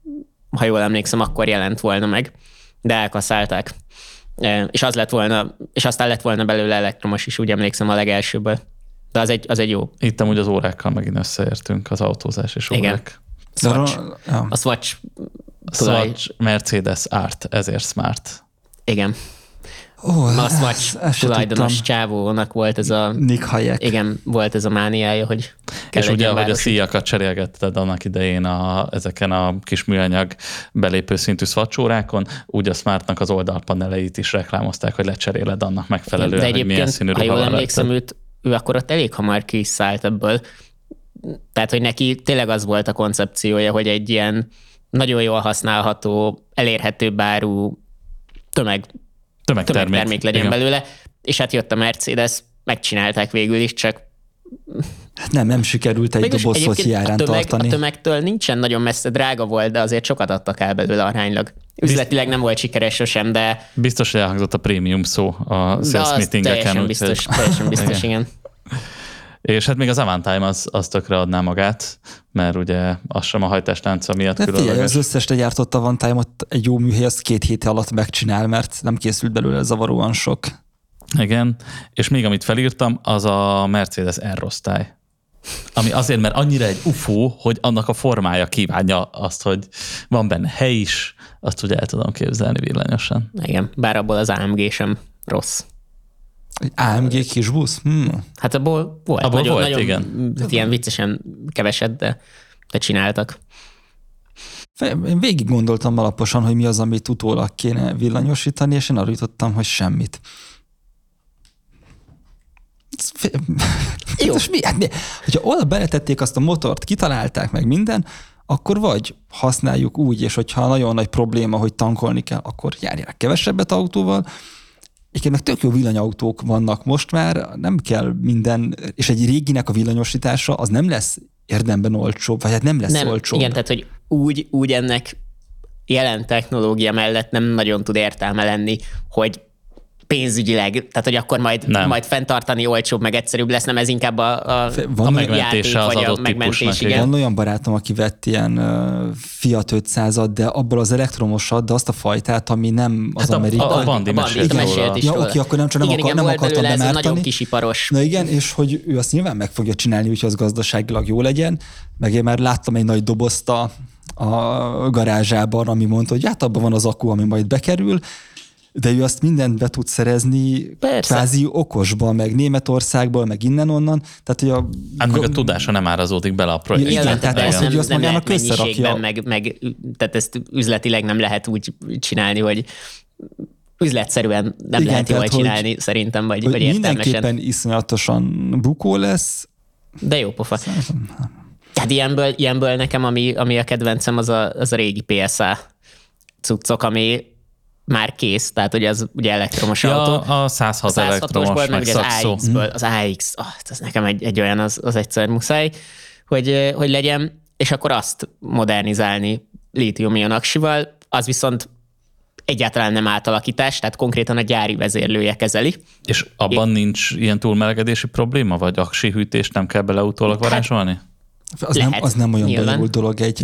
ha jól emlékszem, akkor jelent volna meg, de elkaszálták. És aztán lett volna belőle elektromos is, úgy emlékszem, a legelsőből. De az egy jó. Itt amúgy az órákkal megint összeértünk, az autózás és órák. Swatch. A Swatch. Swatch Mercedes Art, ezért smart. Igen. A Swatch tulajdonos csávónak volt ez a... Nick Hayek. Igen, volt ez a mániája, hogy és ugye, ahogy a szíjakat cserélgetted annak idején ezeken a kis műanyag belépő szintű Swatch órákon, úgy a Smartnak az oldalpaneleit is reklámozták, hogy lecseréled annak megfelelően, hogy milyen színű ruha van. Ha jól emlékszem, ő akkor ott elég hamar ki is szállt ebből. Tehát, hogy neki tényleg az volt a koncepciója, hogy egy ilyen nagyon jól használható, elérhető áru tömegtermék legyen igen. belőle, és hát jött a Mercedes, megcsinálták végül is, csak hát nem sikerült egy doboz szotyi árán tartani. A tömegtől nincsen nagyon messze, drága volt, de azért sokat adtak el belőle aránylag. Üzletileg nem volt sikeres sosem, de... Biztos, hogy elhangzott a prémium szó a sales meetingeken. Teljesen biztos, igen. És hát még az Avantime az tökre adná magát, mert ugye az sem a hajtáslánca miatt különleges. Az összes legyártott Avantime-ot egy jó műhely azt 2 hét alatt megcsinál, mert nem készült belőle zavaróan sok. Igen, és még amit felírtam, az a Mercedes R-osztály. Ami azért, mert annyira egy UFO, hogy annak a formája kívánja azt, hogy van benne hely is, azt ugye el tudom képzelni villanyosan. Igen, bár abból az AMG sem rossz. Egy AMG kisbusz? Hát abból volt. Abból nagyon, volt, nagyon, igen. Ilyen viccesen keveset, de csináltak. Én végig gondoltam alaposan, hogy mi az, amit utólag kéne villanyosítani, és én arra jutottam, hogy semmit. Jó. Hogyha oda beletették azt a motort, kitalálták meg minden, akkor vagy használjuk úgy, és hogyha nagyon nagy probléma, hogy tankolni kell, akkor járják kevesebbet autóval. Egyébként meg tök jó villanyautók vannak most már, nem kell minden, és egy réginek a villanyosítása az nem lesz érdemben olcsóbb, vagy hát nem lesz olcsóbb. Igen, tehát hogy úgy ennek jelen technológia mellett nem nagyon tud értelme lenni, hogy pénzügyileg, tehát hogy akkor majd fenntartani olcsóbb, meg egyszerűbb lesz, nem ez inkább a megmentése az adott típusnak. Igen. Van olyan barátom, aki vett ilyen Fiat 500-at, de abból az elektromosat, de azt a fajtát, ami nem az amerikai. A Bandi mesélt is róla. Oké, akkor nem akartam bemártani. Ez nagyon kisiparos. Na igen, és hogy ő azt nyilván meg fogja csinálni, úgyhogy az gazdaságilag jó legyen, meg én már láttam egy nagy dobozt a garázsában, ami mondta, hogy hát abban van az akku, ami majd bekerül, de ő azt mindent be tud szerezni kvázi okosba, meg Németországból, meg innen-onnan. Tehát, hogy meg a tudása nem árazódik bele a projektbe. Igen, tehát az, hogy azt magának összerakja. Tehát ezt üzletileg nem lehet úgy csinálni, hogy üzletszerűen nem lehet jól csinálni, szerintem, vagy értelmesen. Mindenképpen iszonyatosan bukó lesz. De jó pofa. Tehát ilyenből nekem, ami a kedvencem, az a régi PSA cuccok, ami már kész, tehát hogy az ugye elektromos autó. A 106 elektromos, meg szakszó. Az AX, ez nekem egy olyan, az egyszer muszáj, hogy legyen, és akkor azt modernizálni lítium-ion aksival, az viszont egyáltalán nem átalakítás, tehát konkrétan a gyári vezérlője kezeli. És abban nincs ilyen túlmelegedési probléma, vagy aksi hűtést nem kell bele utólag varázsolni? Az nem olyan bonyolult dolog egy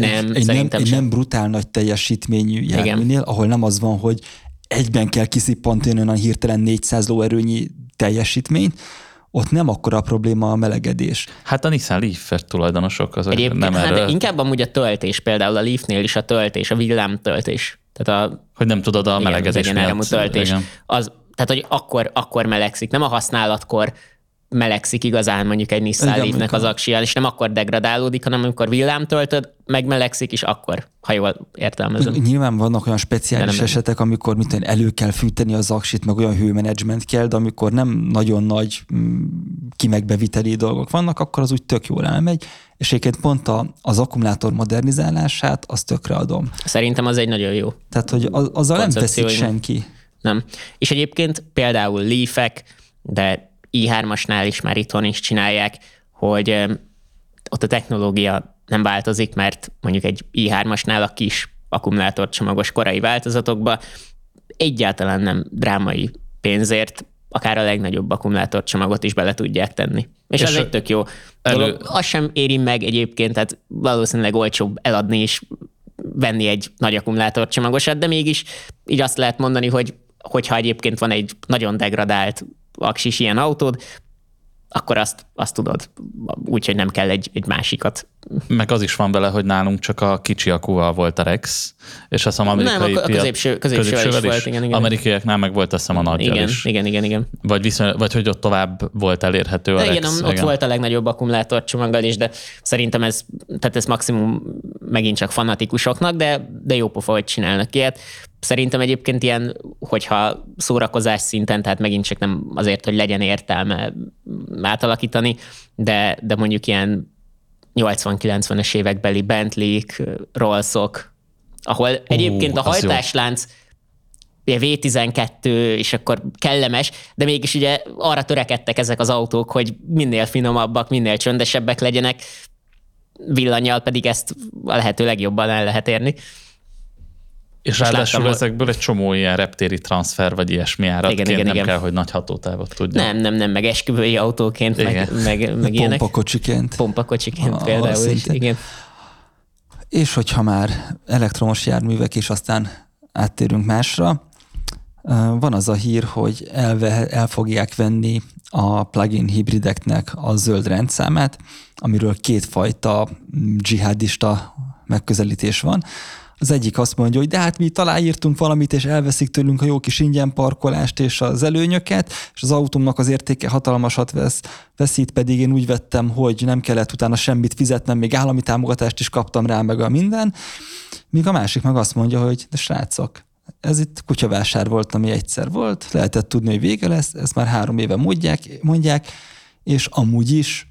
nem brutál nagy teljesítményű járműnél, ahol nem az van, hogy egyben kell kiszippantani onnan hirtelen 400 lóerőnyi teljesítményt, ott nem akkora a probléma a melegedés. Hát a Nissan Leaf tulajdonosok azok nem erről. Inkább amúgy a töltés, például a Leafnél is a töltés, a villámtöltés. Tehát hogy nem tudod a melegedés miatt. Töltés. Tehát, hogy akkor melegszik, nem a használatkor melegszik igazán mondjuk egy Nissan Leafnek az aksiján, és nem akkor degradálódik, hanem amikor villámtöltöd, megmelegszik, és akkor, ha jól értelmezem. Nyilván vannak olyan speciális esetek, amikor elő kell fűteni az aksit, meg olyan hőmenedzsment kell, de amikor nem nagyon nagy kimegbeviteli dolgok vannak, akkor az úgy tök jól elmegy, és egyébként pont az akkumulátor modernizálását, azt tökre adom. Szerintem az egy nagyon jó. Tehát, hogy azzal nem veszik senki. Nem. És egyébként például Leafek, de i3-asnál is már itthon is csinálják, hogy ott a technológia nem változik, mert mondjuk egy i3-asnál a kis akkumulátorcsomagos korai változatokba egyáltalán nem drámai pénzért akár a legnagyobb akkumulátorcsomagot is bele tudják tenni. És az egy tök jó dolog. Az sem éri meg egyébként, tehát valószínűleg olcsóbb eladni is venni egy nagy akkumulátorcsomagosat, de mégis így azt lehet mondani, hogyha egyébként van egy nagyon degradált aksis ilyen autód, akkor azt tudod, úgyhogy nem kell egy másikat. Meg az is van vele, hogy nálunk csak a kicsi akúval volt a Rex, és azt hiszem amerikai nem, a középsővel is volt, igen. Amerikaiaknál meg volt azt hiszem a nagyjal is. Igen. Vagy hogy ott tovább volt elérhető a Rex. Igen, ott volt a legnagyobb akkumulátorcsomaggal is, de szerintem ez maximum megint csak fanatikusoknak, de jó pofa, hogy csinálnak ilyet. Szerintem egyébként ilyen, hogyha szórakozás szinten, tehát megint csak nem azért, hogy legyen értelme átalakítani, de mondjuk ilyen 80-90-es évekbeli Bentley-k, Rollsok, ahol egyébként a hajtáslánc ugye V12, és akkor kellemes, de mégis ugye arra törekedtek ezek az autók, hogy minél finomabbak, minél csöndesebbek legyenek, villannyal pedig ezt a lehető legjobban el lehet érni. És ráadásul ezekből egy csomó ilyen reptéri transfer, vagy ilyesmi áratként nem kell, hogy nagy hatótávot tudja. Nem, meg esküvői autóként, meg ilyenek. Pompakocsiként például is, igen. És hogyha már elektromos járművek, és aztán áttérünk másra, van az a hír, hogy el fogják venni a plug-in hibrideknek a zöld rendszámát, amiről kétfajta dzsihádista megközelítés van. Az egyik azt mondja, hogy de hát mi aláírtunk valamit, és elveszik tőlünk a jó kis ingyen parkolást és az előnyöket, és az autómnak az értéke hatalmasat veszít, pedig én úgy vettem, hogy nem kellett utána semmit fizetnem, még állami támogatást is kaptam rá, meg a minden. Míg a másik meg azt mondja, hogy de srácok, ez itt kutyavásár volt, ami egyszer volt, lehetett tudni, hogy vége lesz, ezt már 3 éve mondják, és amúgy is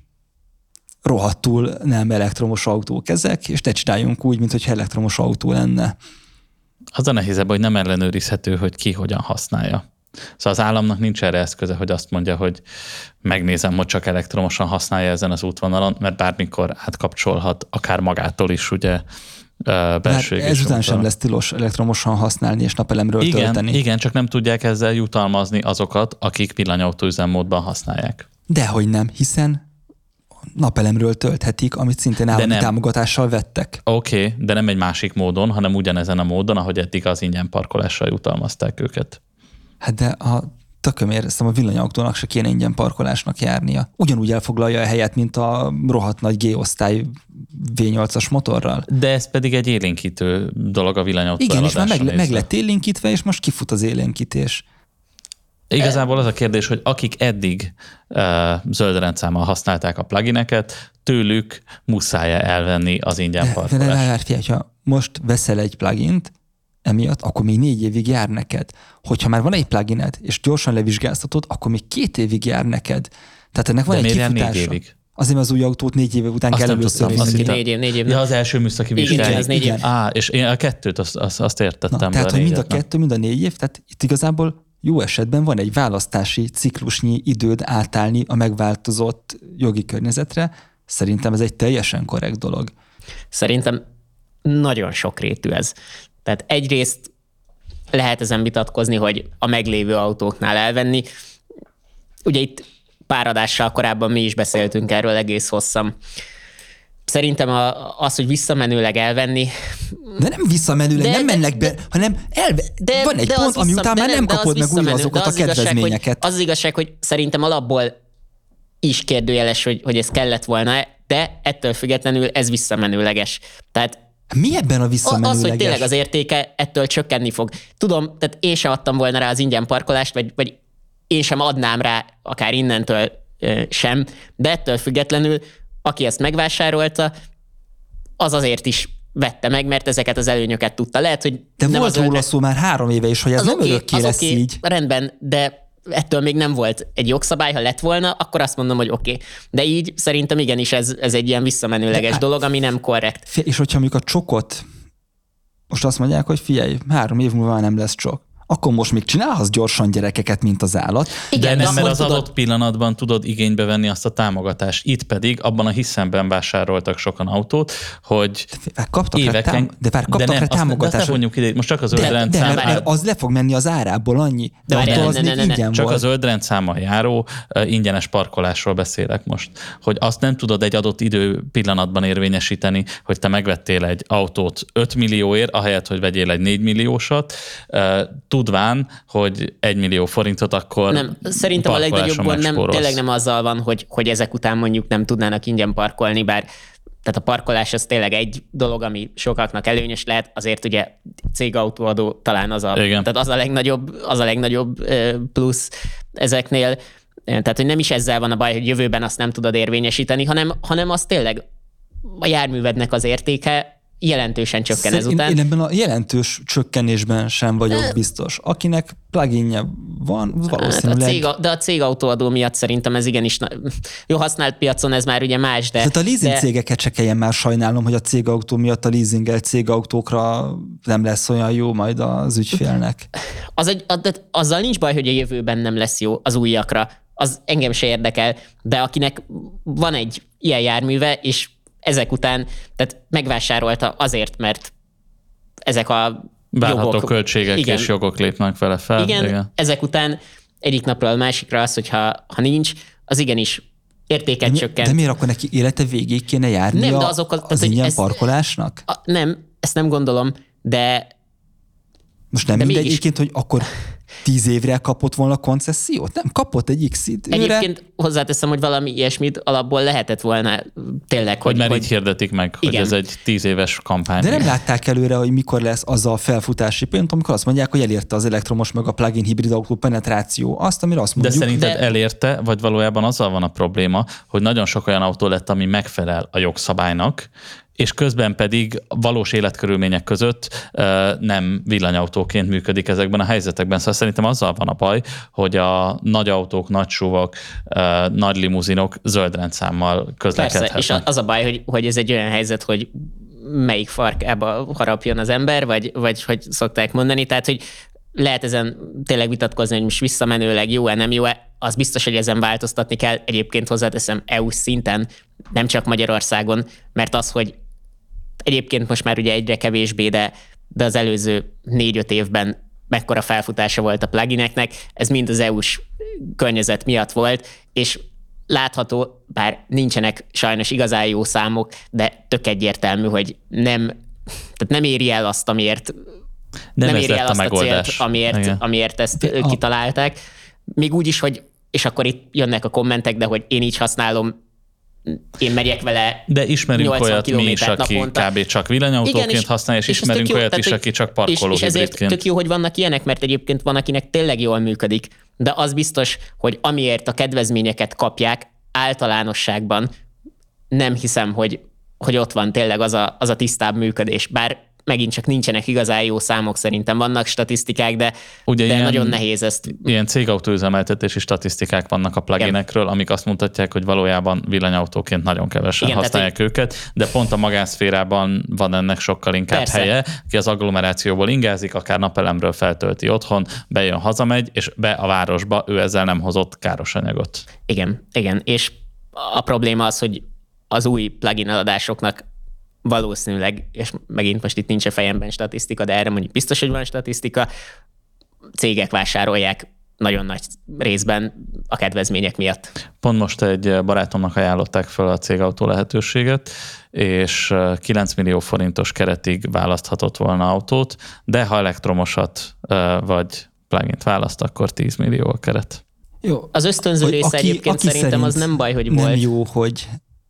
rohadtul nem elektromos autók ezek, és ne csináljunk úgy, mintha elektromos autó lenne. Az a nehézebb, hogy nem ellenőrizhető, hogy ki hogyan használja. Szóval az államnak nincs erre eszköze, hogy azt mondja, hogy megnézem, hogy csak elektromosan használja ezen az útvonalon, mert bármikor átkapcsolhat, akár magától is, ugye, belső égésű ezután sem lesz tilos elektromosan használni és napelemről tölteni. Igen, csak nem tudják ezzel jutalmazni azokat, akik villanyautó üzemmódban használják. Dehogy nem, hiszen napelemről tölthetik, amit szintén állami támogatással vettek. Oké, de nem egy másik módon, hanem ugyanezen a módon, ahogy eddig az ingyen parkolással jutalmazták őket. Hát de a tökömért, a villanyautónak se kéne ingyen parkolásnak járnia. Ugyanúgy elfoglalja a helyet, mint a rohadt nagy G-osztály V8-as motorral. De ez pedig egy élénkítő dolog a villanyautó eladása. Igen, és már meg lett élénkítve, és most kifut az élénkítés. Igazából az a kérdés, hogy akik eddig zöld rendszámmal használták a plugineket, tőlük muszáj elvenni az ingyen parkolást. Figyelj, ha most veszel egy plugint, emiatt, akkor még 4 évig jár neked. Hogyha már van egy plugined, és gyorsan levizsgáztatod, akkor még 2 évig jár neked. Tehát ennek van egy kifutása. 4 évig? Azért az új autót 4 év után kell először nézni. 4 év. Ja, az első műszaki vizsgálat. Igen, ez 4 év. És én a 2-t azt értettem. Na, tehát, hogy mind a 2, mind a 4 év, tehát itt igazából jó esetben van egy választási ciklusnyi időd átállni a megváltozott jogi környezetre. Szerintem ez egy teljesen korrekt dolog. Szerintem nagyon sokrétű ez. Tehát egyrészt lehet ezen vitatkozni, hogy a meglévő autóknál elvenni. Ugye itt pár adással korábban mi is beszéltünk erről egész hosszan. Szerintem az, hogy visszamenőleg elvenni... De nem visszamenőleg, nem mennek be, hanem van egy pont, ami után már nem kapod meg újra azokat a kedvezményeket. Az igazság, hogy szerintem alapból is kérdőjeles, hogy ez kellett volna, de ettől függetlenül ez visszamenőleges. Tehát mi ebben a visszamenőleges? Az, hogy tényleg az értéke ettől csökkenni fog. Tudom, tehát én sem adtam volna rá az ingyen parkolást, vagy én sem adnám rá akár innentől sem, de ettől függetlenül aki ezt megvásárolta, az azért is vette meg, mert ezeket az előnyöket tudta. Lehet, hogy de nem volt róla szó már 3 éve is, hogy ez nem örökké lesz így. Rendben, de ettől még nem volt egy jogszabály, ha lett volna, akkor azt mondom, hogy oké. De így szerintem igenis ez egy ilyen visszamenőleges dolog, ami nem korrekt. És hogyha mondjuk a csokot, most azt mondják, hogy figyelj, 3 év múlva nem lesz csok. akkor most még csinálhatsz gyorsan gyerekeket, mint az állat. Igen, de nem, mert az tudod, adott pillanatban tudod igénybe venni azt a támogatást. Itt pedig abban a hiszemben vásároltak sokan autót, hogy kaptak éveken... kaptak rá támogatást. Azt mondjuk ide, most csak az zöldrendszám... De az le fog menni az árából annyi. De az még ingyen csak volt. a zöldrendszámmal járó ingyenes parkolásról beszélek most. Hogy azt nem tudod egy adott idő pillanatban érvényesíteni, hogy te megvettél egy autót 5 millióért, ahelyett, hogy vegyél egy 4 milliósat, tudván, hogy 1 millió forintot akkor nem, szerintem a legnagyobb gond tényleg nem azzal van, hogy ezek után mondjuk nem tudnának ingyen parkolni, bár tehát a parkolás az tényleg egy dolog, ami sokaknak előnyös lehet, azért ugye cégautóadó talán tehát az a legnagyobb plusz ezeknél. Tehát, hogy nem is ezzel van a baj, hogy jövőben azt nem tudod érvényesíteni, hanem az tényleg a járművednek az értéke jelentősen csökken ezután. Én ebben a jelentős csökkenésben sem vagyok biztos. Akinek pluginje van, valószínűleg... De a cégautóadó miatt szerintem ez igenis... Jó, használt piacon ez már ugye más, de... Tehát a leasing cégeket se kelljen már sajnálnom, hogy a cégautó miatt a leasingelt cégautókra nem lesz olyan jó majd az ügyfélnek. Azzal nincs baj, hogy a jövőben nem lesz jó az újakra. Az engem se érdekel, de akinek van egy ilyen járműve, és ezek után, tehát megvásárolta azért, mert ezek a várható jogok, költségek igen, és jogok lépnek vele fel. Igen, ezek után egyik napról a másikra az, hogyha nincs, az igenis értéket csökkent. De miért akkor neki élete végéig kéne járni nem, az ingyen parkolásnak? Nem, ezt nem gondolom, de... Most nem mindegy egyébként, hogy akkor 10 évre kapott volna koncessziót? Nem, kapott egy X-időre. Egyébként hozzáteszem, hogy valami ilyesmit alapból lehetett volna tényleg. Hogy már így hirdetik meg, igen, hogy ez egy 10 éves kampány. De nem látták előre, hogy mikor lesz az a felfutási pont, amikor azt mondják, hogy elérte az elektromos meg a plug-in hibrid autó penetráció. Azt, amire azt mondjuk. De szerinted elérte, vagy valójában azzal van a probléma, hogy nagyon sok olyan autó lett, ami megfelel a jogszabálynak, és közben pedig valós életkörülmények között nem villanyautóként működik ezekben a helyzetekben. Szóval szerintem azzal van a baj, hogy a nagy autók, nagy SUV-ok, nagy limuzinok zöld rendszámmal közlekedhetnek. Persze, és az a baj, hogy ez egy olyan helyzet, hogy melyik farkába harapjon az ember, vagy hogy szokták mondani, tehát hogy lehet ezen tényleg vitatkozni, hogy most visszamenőleg jó-e, nem jó-e, az biztos, hogy ezen változtatni kell. Egyébként hozzáteszem EU-s szinten, nem csak Magyarországon, mert az, hogy egyébként most már ugye egyre kevésbé, de az előző 4-5 évben mekkora felfutása volt a plugineknek, ez mind az EU-s környezet miatt volt, és látható, bár nincsenek sajnos igazán jó számok, de tök egyértelmű, hogy nem éri el azt, amiért nem éri el azt a célt, amiért ezt kitalálták. Még úgy is, hogy, és akkor itt jönnek a kommentek, de hogy én így használom, én megyek vele. De ismerünk olyat mi is, aki naponta. kb. Csak villanyautóként használja, és ismerünk olyat tehát, is, aki csak parkoló és ezért hibridként. tök jó, hogy vannak ilyenek, mert egyébként van, akinek tényleg jól működik, de az biztos, hogy amiért a kedvezményeket kapják, általánosságban nem hiszem, hogy ott van tényleg az a tisztább működés. Bár megint csak nincsenek igazán jó számok, szerintem vannak statisztikák, de nagyon nehéz ezt. Ilyen cégautóüzemeltetési statisztikák vannak a pluginekről, amik azt mutatják, hogy valójában villanyautóként nagyon kevesen használják őket, de pont a magánszférában van ennek sokkal inkább helye, ki az agglomerációból ingázik, akár napelemről feltölti otthon, bejön, hazamegy, és be a városba ő ezzel nem hozott káros anyagot. Igen, és a probléma az, hogy az új plugin eladásoknak valószínűleg, és megint most itt nincs a fejemben statisztika, de erre mondjuk biztos, hogy van statisztika, cégek vásárolják nagyon nagy részben a kedvezmények miatt. Pont most egy barátomnak ajánlották fel a cégautó lehetőséget, és 9 millió forintos keretig választhatott volna autót, de ha elektromosat vagy plugint választ, akkor 10 millió a keret. Jó. Az ösztönző része egyébként szerintem az nem baj, hogy nem volt. Nem jó, hogy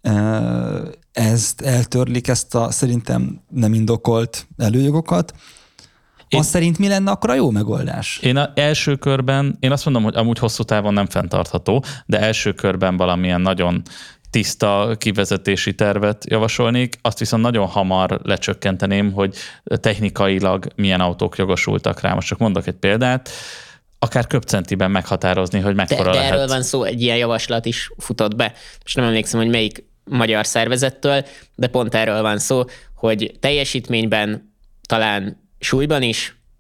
ezt eltörlik, ezt a szerintem nem indokolt előjogokat. Azt szerint mi lenne akkor a jó megoldás? Én első körben, én azt mondom, hogy amúgy hosszú távon nem fenntartható, de első körben valamilyen nagyon tiszta kivezetési tervet javasolnék, azt viszont nagyon hamar lecsökkenteném, hogy technikailag milyen autók jogosultak rá. Most csak mondok egy példát, akár köbcentiben meghatározni, hogy mekkora lehet. De erről van szó, egy ilyen javaslat is futott be. Most nem emlékszem, hogy melyik magyar szervezettől, de pont erről van szó, hogy teljesítményben, talán súlyban is,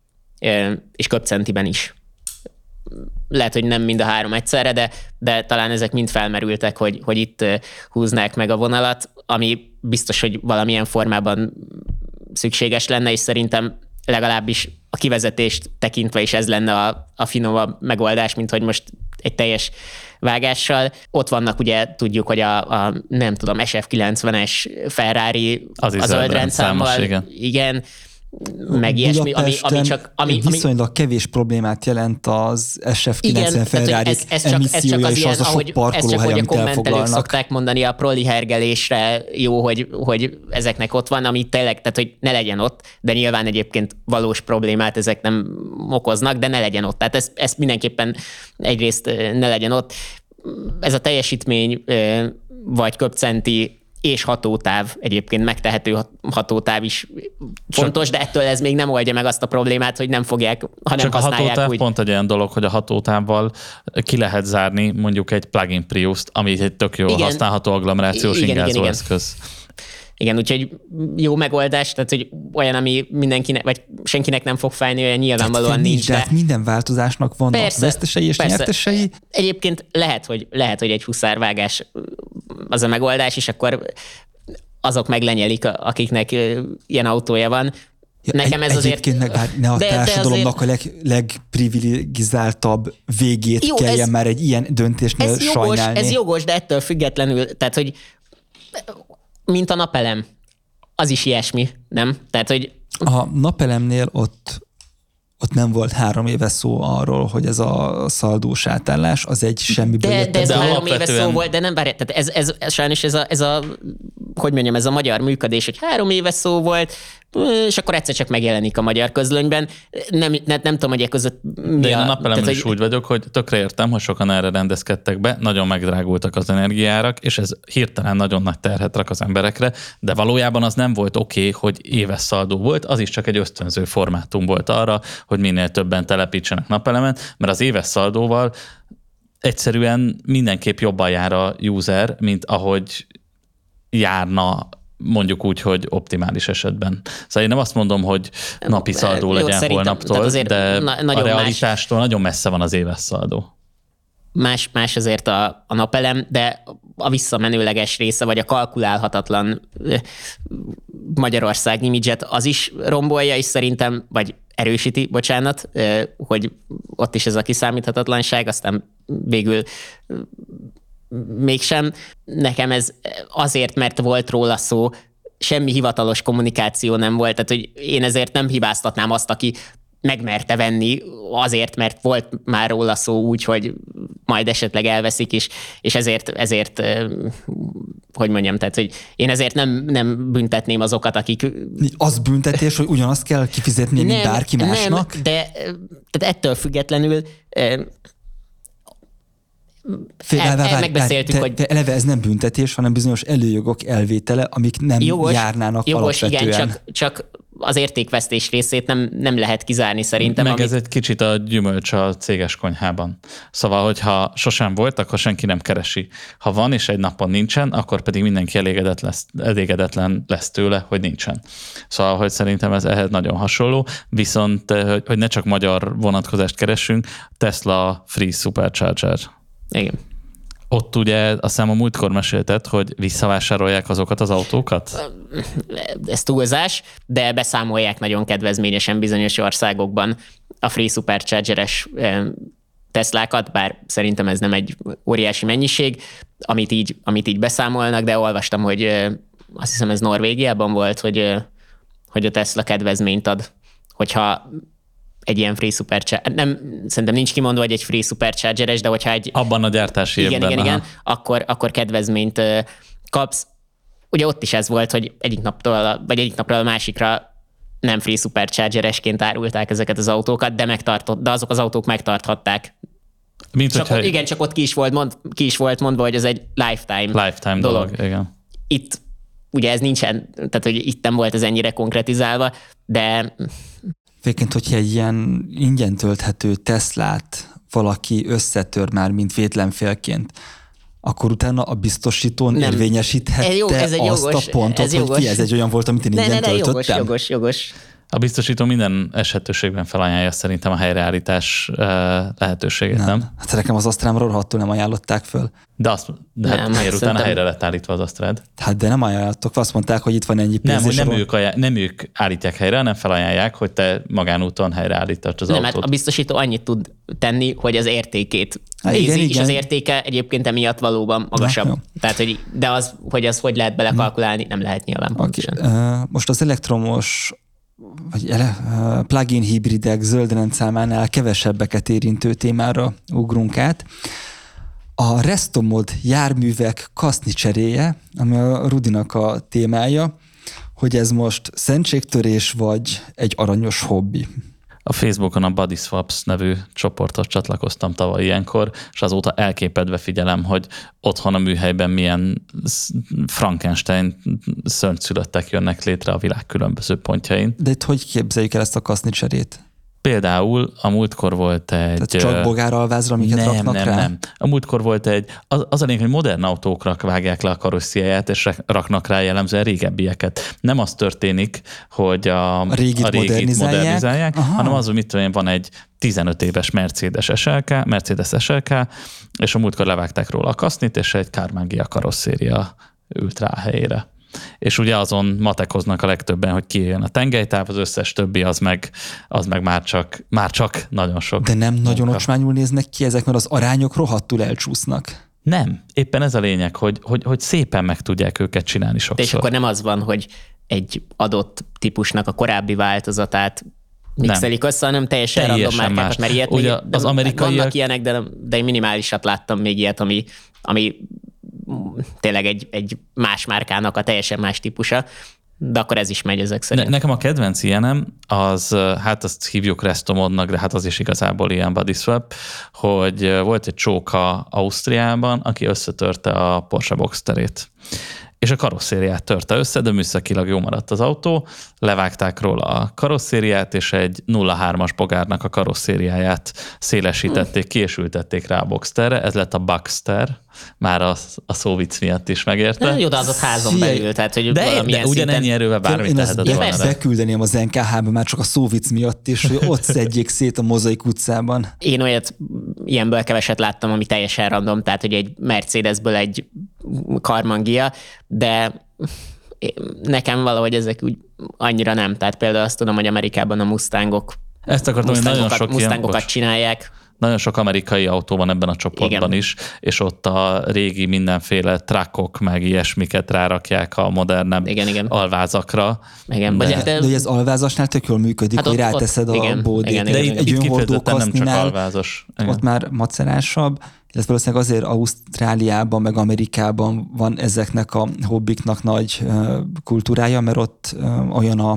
és köbcentiben is. Lehet, hogy nem mind a 3 egyszerre, de talán ezek mind felmerültek, hogy itt húznák meg a vonalat, ami biztos, hogy valamilyen formában szükséges lenne, és szerintem legalábbis a kivezetést tekintve is ez lenne a finomabb megoldás, mint hogy most egy teljes vágással. Ott vannak ugye, tudjuk, hogy a nem tudom, SF90-es Ferrari az zöld rendszámmal, igen, meg ilyesmi, ami csak... Viszonylag kevés problémát jelent az SF90 Ferrari emissziója és az a sok parkolóhely, amit elfoglalnak. Ez csak a kommentelők szokták mondani, a proli hergelésre jó, hogy ezeknek ott van, ami tényleg, tehát hogy ne legyen ott, de nyilván egyébként valós problémát ezek nem okoznak, de ne legyen ott. Tehát ezt mindenképpen egyrészt ne legyen ott. Ez a teljesítmény vagy köbcenti és hatótáv, egyébként megtehető hatótáv is fontos, de ettől ez még nem oldja meg azt a problémát, hogy nem fogják, ha nem használják. A hatótáv úgy. Pont egy olyan dolog, hogy a hatótávval ki lehet zárni mondjuk egy plug-in Priust, ami egy tök jó használható agglomerációs ingázó eszköz. Igen, úgyhogy jó megoldás, tehát hogy olyan, ami mindenkinek, vagy senkinek nem fog fájni, olyan nyilvánvalóan nincs. De minden változásnak vannak vesztesei és nyertesei. Egyébként lehet, hogy egy huszárvágás az a megoldás, és akkor azok meg lenyelik, akiknek ilyen autója van. Nekem ez egyébként azért... ne a társadalomnak azért... a legprivilegizáltabb végét kelljen már egy ilyen döntésnél sajnálni. Ez jogos, de ettől függetlenül, tehát hogy mint a napelem. Az is ilyesmi, nem? Tehát, hogy... A napelemnél ott nem volt 3 éve szó arról, hogy ez a szaldós átállás, az egy semmiből jött. De ez 3 éve szó volt, de nem várj, tehát ez sajnos ez a hogy mondjam, ez a magyar működés, hogy 3 éve szó volt, és akkor egyszer csak megjelenik a magyar közlönyben. Nem tudom, hogy között mi de én a napelemben is úgy vagyok, hogy tökre értem, hogy sokan erre rendezkedtek be, nagyon megdrágultak az energiárak, és ez hirtelen nagyon nagy terhet rak az emberekre, de valójában az nem volt oké, hogy éves szaldó volt, az is csak egy ösztönző formátum volt arra, hogy minél többen telepítsenek napelemet, mert az éves szaldóval egyszerűen mindenképp jobban jár a user, mint ahogy járna mondjuk úgy, hogy optimális esetben. Szóval én nem azt mondom, hogy napi szaldó legyen holnaptól, de a realitástól nagyon messze van az éves szaldó. Más azért a napelem, de a visszamenőleges része, vagy a kalkulálhatatlan Magyarország imidzset az is rombolja, és szerintem, vagy erősíti, bocsánat, hogy ott is ez a kiszámíthatatlanság, aztán végül mégsem. Nekem ez azért, mert volt róla szó, semmi hivatalos kommunikáció nem volt, tehát hogy én ezért nem hibáztatnám azt, aki megmerte venni azért, mert volt már róla szó úgy, hogy majd esetleg elveszik is, és ezért hogy mondjam, tehát hogy én ezért nem büntetném azokat, akik... Az büntetés, hogy ugyanazt kell kifizetni, mint bárki másnak? Nem, de tehát ettől függetlenül megbeszéltük, hogy... Eleve ez nem büntetés, hanem bizonyos előjogok elvétele, amik nem járnának alapvetően. Igen, csak az értékvesztés részét nem lehet kizárni szerintem. Meg ez egy kicsit a gyümölcs a céges konyhában. Szóval, hogyha sosem volt, akkor senki nem keresi. Ha van, és egy napon nincsen, akkor pedig mindenki elégedetlen lesz tőle, hogy nincsen. Szóval, hogy szerintem ez ehhez nagyon hasonló, viszont, hogy ne csak magyar vonatkozást keresünk, Tesla Free Supercharger. Igen. Ott ugye azt hiszem a múltkor mesélted, hogy visszavásárolják azokat az autókat? Ez túlzás, de beszámolják nagyon kedvezményesen bizonyos országokban a Free Supercharger-es Teslákat, bár szerintem ez nem egy óriási mennyiség, amit így beszámolnak, de olvastam, hogy azt hiszem ez Norvégiában volt, hogy a Tesla kedvezményt ad, hogyha egy ilyen Free Supercharger, szerintem nincs kimondva, hogy egy Free Supercharger-es, de hogyha egy... Abban a gyártási évben. Igen, akkor kedvezményt kapsz. Ugye ott is ez volt, hogy egyik napról a másikra nem Free Supercharger-esként árulták ezeket az autókat, de azok az autók megtarthatták. Csak ott ki is volt mondva, hogy ez egy lifetime dolog. Igen. Itt ugye ez nincsen, tehát hogy itt nem volt ez ennyire konkretizálva, de... Főként, hogyha egy ilyen ingyen tölthető Teslát valaki összetör már, mint vétlenfélként, akkor utána a biztosítón érvényesíthette azt a pontot, hogy ez egy olyan volt, amit én ingyen töltöttem. Jogos. A biztosító minden esetőségben felajánlja szerintem a helyreállítás lehetőséget, nem? Hát nekem az Astránról rohadtul nem ajánlották föl. De hát miért utána helyre lett állítva az Astrád? Hát de nem ajánlottok, azt mondták, hogy itt van ennyi pénz. Nem ők állítják helyre, hanem felajánlják, hogy te magánúton helyreállítasd az autót. Nem, hát a biztosító annyit tud tenni, hogy az értékét nézi, és az értéke egyébként emiatt valóban magasabb. Na, tehát, de az, hogy lehet belekalkulálni, nem lehet nyilván pontosan. Most az elektromos vagy plug-in hibridek zöld rendszámánál kevesebbeket érintő témára ugrunk át. A Restomod járművek kaszni cseréje, ami a Rudinak a témája, hogy ez most szentségtörés vagy egy aranyos hobbi. A Facebookon a Body Swaps nevű csoporthoz csatlakoztam tavaly ilyenkor, és azóta elképedve figyelem, hogy otthon a műhelyben milyen Frankenstein szörnyszülöttek jönnek létre a világ különböző pontjain. De itt hogy képzeljük el ezt a kaszni cserét? Például a múltkor volt egy... Tehát csak bogáralvázra, amiket raknak rá? Nem. A múltkor volt az a lényeg, hogy modern autókra vágják le a karossziáját, és raknak rá jellemzően régebbieket. Nem az történik, hogy a régit modernizálják, hanem az, hogy mit tudom én, van egy 15 éves Mercedes SLK, és a múltkor levágták róla a kasznit, és egy Carmangia karosszéria ült rá a helyére. És ugye azon matekoznak a legtöbben, hogy kijön a tengelytáv, az összes többi az meg már csak nagyon sok. De nem nagyon ocsmányul néznek ki ezek, mert az arányok rohadtul elcsúsznak. Nem. Éppen ez a lényeg, hogy szépen meg tudják őket csinálni sokszor. És akkor nem az van, hogy egy adott típusnak a korábbi változatát mixelik össze, hanem teljesen random márkákat, mert ilyet ugye az amerikaiak... vannak ilyenek, de én minimálisat láttam még ilyet, ami tényleg egy más márkának a teljesen más típusa, de akkor ez is megy ezek szerint. Nekem a kedvenc ilyenem, hát azt hívjuk Restomodnak, de hát az is igazából ilyen body swap, hogy volt egy csóka Ausztriában, aki összetörte a Porsche Boxsterét. És a karosszériát törte össze, de műszakilag jó maradt az autó, levágták róla a karosszériát, és egy 0,3-as bogárnak a karosszériáját szélesítették ki, és ültették rá a Boxsterre. Ez lett a Buckster, már a szóvic miatt is megérte. Jó, de az ott házon belül, tehát hogy de ugyanennyi erővel bármit tehetett volna. Én beküldeném az NKH-ba már csak a szóvic miatt is, hogy ott szedjék szét a Mozaik utcában. Én ilyenből keveset láttam, ami teljesen random, tehát hogy egy Mercedesből egy Carmangia, de nekem valahogy ezek úgy annyira nem. Tehát például azt tudom, hogy Amerikában a Mustangok ezt akartam, hogy nagyon sok Mustangokat csinálják. Nagyon sok amerikai autó van ebben a csoportban Igen. is, és ott a régi mindenféle truckok meg ilyesmiket rárakják a modernebb alvázakra. Igen. De ez alvázasnál tök jól működik, hát hogy ráteszed a bódét. De itt kifejezetten nem csak alvázas. Ott már macerásabb, ez valószínűleg azért Ausztráliában, meg Amerikában van ezeknek a hobbiknak nagy kultúrája, mert ott olyan a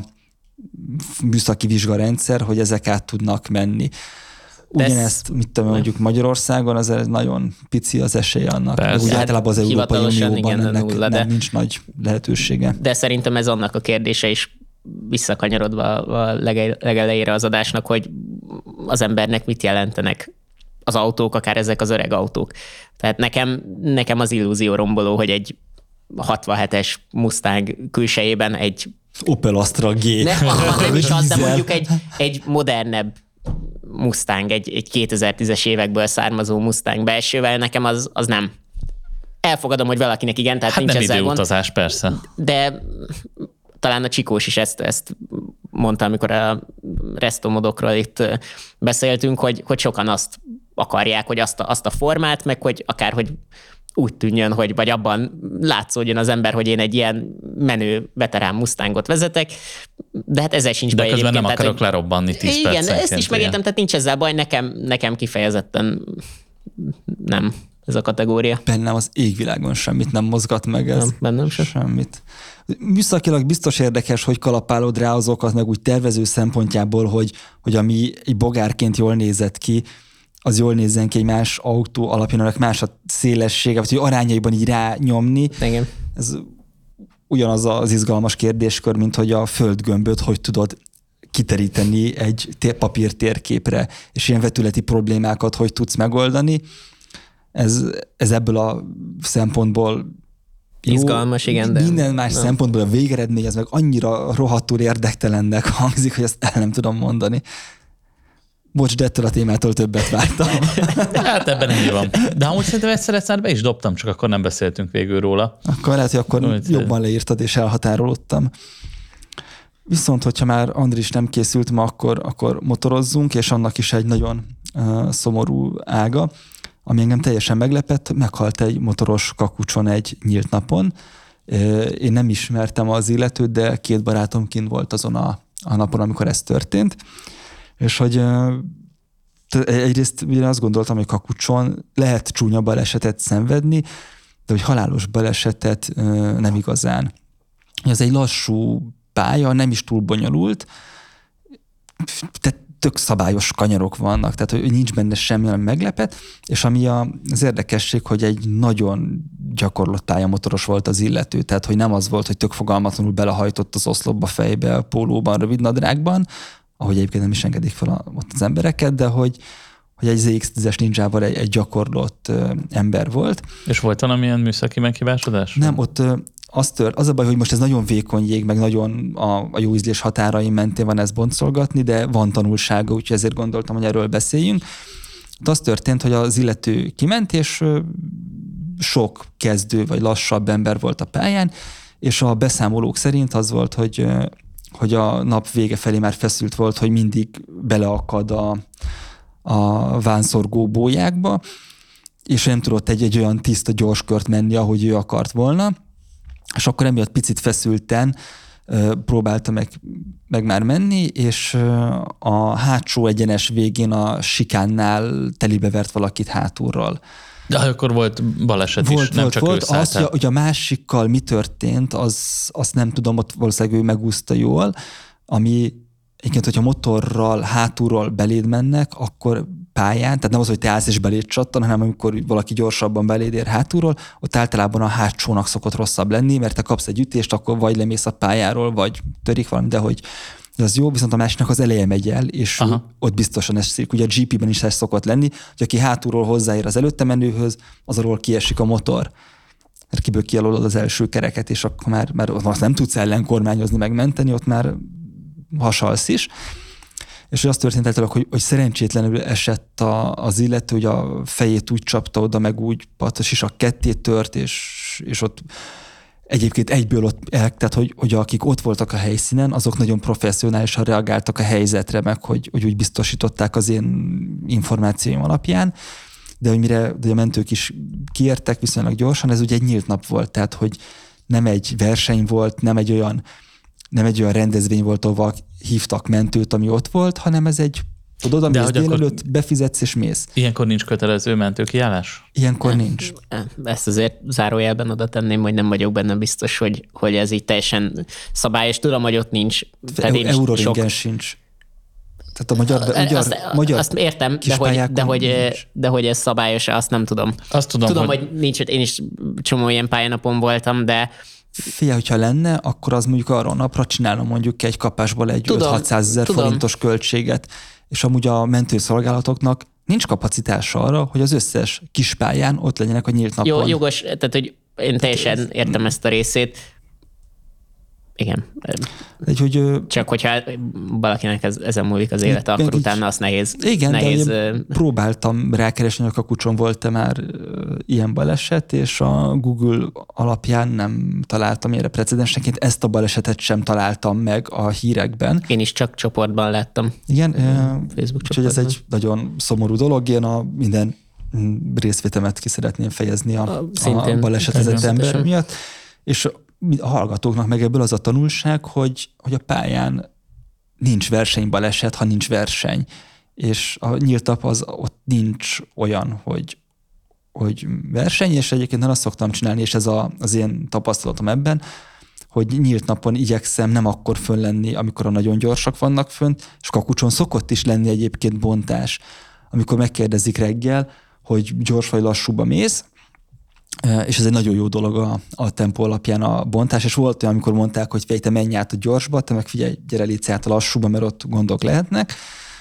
műszaki vizsgarendszer, hogy ezek át tudnak menni. Ugyanezt, mit tudom, mondjuk Magyarországon, az nagyon pici az esély annak. Úgy általában az Európai Unióban ennek nincs nagy lehetősége. De szerintem ez annak a kérdése is, visszakanyarodva a legelejére az adásnak, hogy az embernek mit jelentenek az autók, akár ezek az öreg autók. Tehát nekem az illúzió romboló, hogy egy 67-es Mustang külsejében egy Opel Astra G. Nem is az, de mondjuk egy modernebb Mustang, egy 2010-es évekből származó Mustang belsővel, nekem az nem. Elfogadom, hogy valakinek igen, tehát hát nincs ezzel gond. időutazás, persze. De talán a Csikós is ezt mondta, amikor a Restomodokról itt beszéltünk, hogy sokan azt akarják, hogy azt a formát, meg hogy akár, hogy úgy tűnjön, vagy abban látszódjon az ember, hogy én egy ilyen menő veterán Mustangot vezetek, de hát ezzel sincs baj. De közben nem akarok lerobbanni 10 percenként. Igen, ezt is megértem, tehát nincs ezzel baj, nekem kifejezetten nem ez a kategória. Bennem az égvilágon semmit nem mozgat meg ez. Nem, bennem sem. Semmit. Műszakilag biztos érdekes, hogy kalapálod rá azokat, meg úgy tervező szempontjából, hogy ami egy bogárként jól nézett ki, az jól nézzen ki egy más autó alapján, annak más a szélessége, vagy hogy arányaiban így rányomni. Igen. Ez ugyanaz az izgalmas kérdéskör, mint hogy a földgömböt hogy tudod kiteríteni egy papírtérképre, és ilyen vetületi problémákat hogy tudsz megoldani. Ez ebből a szempontból Izgalmas, igen, de... Minden más szempontból a végeredmény az meg annyira rohadtul érdektelennek hangzik, hogy ezt el nem tudom mondani. Bocs, de ettől a témától többet vártam. Hát ebben ennyi van. De amúgy szerintem egyszer be is dobtam, csak akkor nem beszéltünk végül róla. Akkor lehet, hogy akkor jobban leírtad és elhatárolódtam. Viszont, hogyha már Andris nem készült ma, akkor motorozzunk, és annak is egy nagyon szomorú ága, ami engem teljesen meglepett, meghalt egy motoros kakucson egy nyílt napon. Én nem ismertem az illetőt, de 2 barátom kint volt azon a napon, amikor ez történt. És hogy egyrészt én azt gondoltam, hogy kakucson lehet csúnya balesetet szenvedni, de hogy halálos balesetet nem igazán. Ez egy lassú pálya, nem is túl bonyolult, tehát tök szabályos kanyarok vannak, tehát hogy nincs benne semmilyen meglepet, és ami az érdekesség, hogy egy nagyon gyakorlott pályamotoros volt az illető, tehát hogy nem az volt, hogy tök fogalmatlanul belehajtott az oszlopba, fejbe, pólóban, rövidnadrágban, ahogy egyébként nem is engedik fel ott az embereket, de hogy egy ZX-10-es ninjával egy gyakorlott ember volt. És volt valamilyen műszaki meghibásodás? Nem, ott az a baj, hogy most ez nagyon vékony jég, meg nagyon a jó ízlés határain mentén van ezt boncolgatni, de van tanulsága, úgyhogy ezért gondoltam, hogy erről beszéljünk. Ott az történt, hogy az illető kiment, és sok kezdő vagy lassabb ember volt a pályán, és a beszámolók szerint az volt, hogy a nap vége felé már feszült volt, hogy mindig beleakad a vánszorgó bójákba, és nem tudott egy olyan tiszta gyors kört menni, ahogy ő akart volna, és akkor emiatt picit feszülten próbálta meg már menni, és a hátsó egyenes végén a sikánnál telibevert valakit hátulról. De akkor volt baleset is, nem csak ő szállt el. Hogy a másikkal mi történt, azt nem tudom, ott valószínűleg ő megúszta jól, ami egyébként, hogyha motorral hátulról beléd mennek, akkor pályán, tehát nem az, hogy te állsz és beléd csattan, hanem amikor valaki gyorsabban beléd ér hátulról, ott általában a hátsónak szokott rosszabb lenni, mert te kapsz egy ütést, akkor vagy lemész a pályáról, vagy törik valami, de hogy az jó, viszont a másiknak az eleje megy el, és ott biztosan esik. Ugye a GP-ben is ez szokott lenni, hogy aki hátulról hozzáér az előtte menőhöz, az arról kiesik a motor. Mert kiből kialolod az első kereket, és akkor már azt nem tudsz ellenkormányozni, megmenteni, ott már hasalsz is. És az történt általában, hogy szerencsétlenül esett az illető, hogy a fejét úgy csapta oda, meg úgy a sisak ketté tört, és ott egyébként egyből ott tehát hogy akik ott voltak a helyszínen, azok nagyon professzionálisan reagáltak a helyzetre, meg hogy úgy biztosították az én információim alapján, de hogy a mentők is kiértek viszonylag gyorsan, ez ugye egy nyílt nap volt, tehát hogy nem egy verseny volt, nem egy olyan rendezvény volt, ahol hívtak mentőt, ami ott volt, hanem ez egy oda mész délelőtt, befizetsz és mész. Ilyenkor nincs kötelező mentőkiállás? Ilyenkor nincs. Ezt azért zárójelben oda tenném, hogy nem vagyok benne biztos, hogy ez így teljesen szabályos. Tudom, hogy ott nincs. Euroringen sincs. Tehát a magyar azt értem, de hogy ez szabályos, azt nem tudom. Azt tudom, hogy nincs, én is csomó ilyen pályanapon voltam, de Fél, hogyha lenne, akkor az mondjuk arra a napra csinálna mondjuk egy kapásból egy 5-600 ezer forintos költséget, és amúgy a mentőszolgálatoknak nincs kapacitása arra, hogy az összes kispályán ott legyenek a nyílt napon. Jó, jogos, tehát hogy én teljesen értem ezt a részét. Igen. Csak hogyha valakinek ezen múlik az élete, akkor utána az nehéz. Igen, de próbáltam rákeresni, hogy a kakucson volt-e már ilyen baleset, és a Google alapján nem találtam erre precedensként. Ezt a balesetet sem találtam meg a hírekben. Én is csak csoportban láttam. Igen, úgyhogy ez egy nagyon szomorú dolog. Én minden részvétemet ki szeretném fejezni a balesetezett ember miatt. És a hallgatóknak meg ebből az a tanulság, hogy a pályán nincs versenybaleset, ha nincs verseny. És a nyílt nap ott nincs olyan, hogy verseny, és egyébként azt szoktam csinálni, és ez az én tapasztalatom ebben, hogy nyílt napon igyekszem nem akkor fönn lenni, amikor a nagyon gyorsak vannak fönt, és kakucson szokott is lenni egyébként bontás, amikor megkérdezik reggel, hogy gyors vagy lassúba mész, és ez egy nagyon jó dolog a tempó alapján a bontás, és volt olyan, amikor mondták, hogy figyelj, te menj át a gyorsba, te meg figyelj, gyere légy át a lassúba, mert ott gondok lehetnek.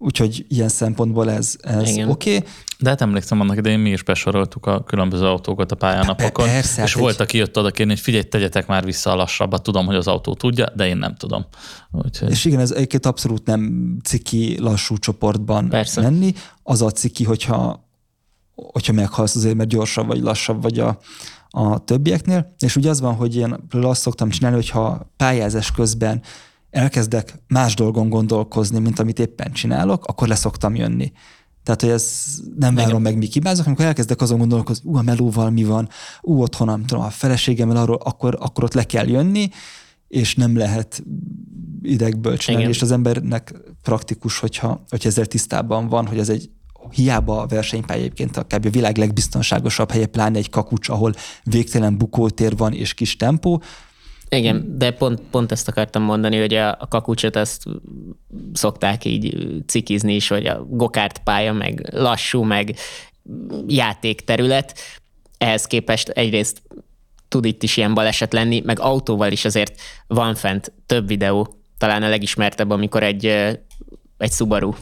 Úgyhogy ilyen szempontból ez oké. De hát emlékszem, annak idején mi is besoroltuk a különböző autókat a pályánapokon, Persze, és volt, aki jött oda kérni, hogy figyelj, tegyetek már vissza a lassabbat, tudom, hogy az autó tudja, de én nem tudom. Úgyhogy... És igen, ez egyébként abszolút nem ciki lassú csoportban menni. Az a ciki, hogyha meghalsz azért, mert gyorsabb vagy lassabb vagy a többieknél. És ugye az van, hogy én azt szoktam csinálni, hogyha pályázás közben elkezdek más dolgon gondolkozni, mint amit éppen csinálok, akkor leszoktam jönni. Tehát, hogy ez nem várom meg, mi kibázok, amikor elkezdek azon gondolkozni, a melóval mi van, otthon, nem tudom, a feleségemmel arról, akkor ott le kell jönni, és nem lehet idegből csinálni, és az embernek praktikus, hogyha ezzel tisztában van, hogy ez egy hiába a versenypálya egyébként a világ legbiztonságosabb helye, pláne egy Kakucs, ahol végtelen bukótér van és kis tempó. Igen, de pont ezt akartam mondani, hogy a Kakucsot ezt szokták így cikizni is, hogy a gokárt pálya, meg lassú, meg játékterület. Ehhez képest egyrészt tud itt is ilyen baleset lenni, meg autóval is azért van fent több videó, talán a legismertebb, amikor egy Subaru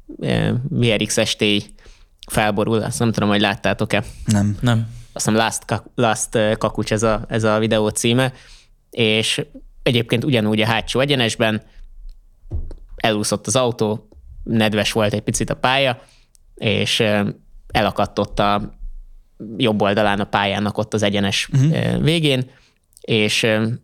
VRX STI felborul, azt nem tudom, hogy láttátok-e. Nem. Azt hiszem Last Kakucs ez a videó címe, és egyébként ugyanúgy a hátsó egyenesben elúszott az autó, nedves volt egy picit a pálya, és elakadt ott a jobb oldalán a pályának ott az egyenes végén, és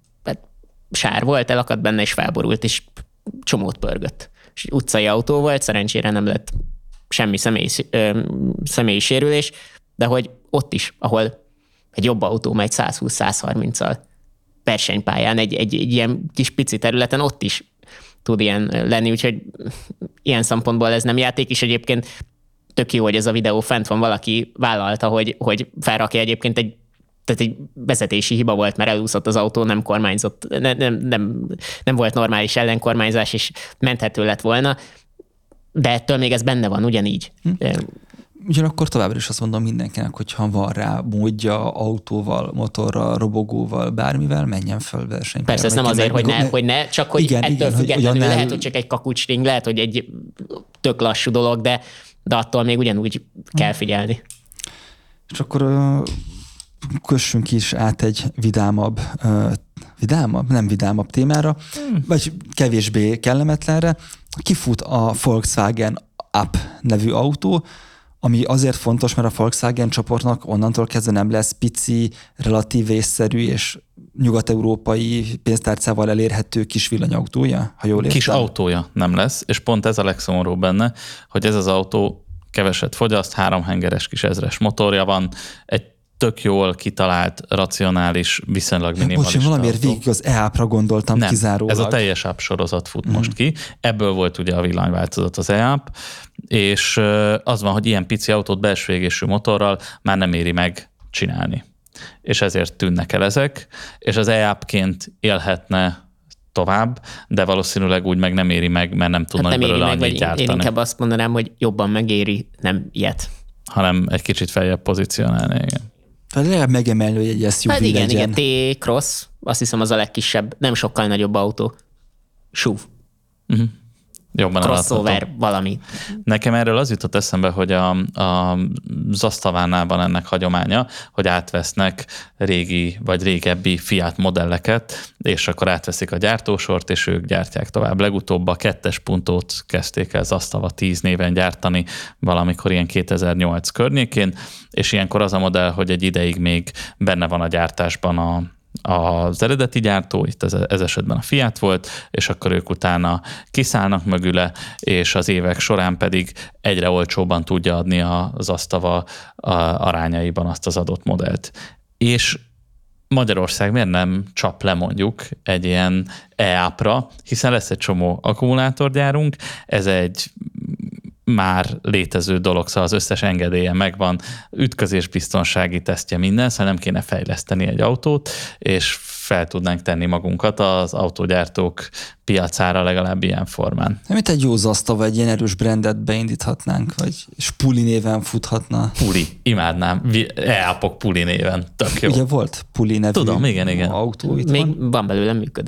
sár volt, elakadt benne, és felborult, és csomót pörgött. És utcai autó volt, szerencsére nem lett semmi személyi sérülés, de hogy ott is, ahol egy jobb autó megy 120-130-al versenypályán, egy ilyen kis pici területen, ott is tud ilyen lenni, úgyhogy ilyen szempontból ez nem játék, és egyébként tök jó, hogy ez a videó fent van, valaki vállalta, hogy felrakja egyébként tehát egy vezetési hiba volt, mert elúszott az autó, nem kormányzott, nem volt normális ellenkormányzás, és menthető lett volna, de ettől még ez benne van, ugyanígy. Ugyanakkor továbbra is azt mondom mindenkinek, hogy ha van rá módja, autóval, motorral, robogóval, bármivel, menjen föl versenyre. Persze, ez nem azért, hogy ne, csak hogy igen, ettől függetlenül lehet, hogy csak egy kakucsring, lehet, hogy egy tök lassú dolog, de attól még ugyanúgy kell figyelni. És akkor kössünk is át egy vidámabb, nem vidámabb témára, vagy kevésbé kellemetlenre. Kifut a Volkswagen Up nevű autó, ami azért fontos, mert a Volkswagen csoportnak onnantól kezdve nem lesz pici, relatív észszerű és nyugat-európai pénztárcával elérhető kis villanyautója, ha jól értem. Kis autója nem lesz, és pont ez a legszomorúbb benne, hogy ez az autó keveset fogyaszt, 3 hengeres kis ezres motorja van, egy tök jól kitalált, racionális, viszonylag minimalista autó. Valamiért végig az E-Up-ra gondoltam nem, kizárólag. Ez a teljes Up sorozat fut most ki. Ebből volt ugye a villanyváltozat az E-Up, és az van, hogy ilyen pici autót belső égésű motorral már nem éri meg csinálni. És ezért tűnnek el ezek, és az E-Up-ként élhetne tovább, de valószínűleg úgy meg nem éri meg, mert nem tudnak belőle annyit gyártani. Én inkább azt mondanám, hogy jobban megéri nem ilyet. Hanem egy kicsit feljebb pozícionálni, igen. Legalább megemelni, hogy egy SUV legyen. Igen, T-Cross, azt hiszem az a legkisebb, nem sokkal nagyobb autó. SUV. Jobban crossover, valami. Nekem erről az jutott eszembe, hogy a Zastavánál van ennek hagyománya, hogy átvesznek régi vagy régebbi Fiat modelleket, és akkor átveszik a gyártósort, és ők gyártják tovább. Legutóbb a 2-es Puntót kezdték el Zastava 10 néven gyártani valamikor ilyen 2008 környékén, és ilyenkor az a modell, hogy egy ideig még benne van a gyártásban az eredeti gyártó, itt ez esetben a Fiat volt, és akkor ők utána kiszállnak mögüle, és az évek során pedig egyre olcsóbban tudja adni az Zastava arányaiban azt az adott modellt. És Magyarország miért nem csap le mondjuk egy ilyen E-Up-ra, hiszen lesz egy csomó akkumulátorgyárunk, ez egy már létező dolog, szóval az összes engedélye megvan, ütközésbiztonsági tesztje minden, szóval nem kéne fejleszteni egy autót, és fel tudnánk tenni magunkat az autógyártók piacára legalább ilyen formán. Mint egy jó Zastava, egy ilyen erős brandet beindíthatnánk, vagy Puli néven futhatna. Puli, imádnám. Puli néven, tök jó. Ugye volt Puli nevű Tudom, igen. autó itt még van belőle működő.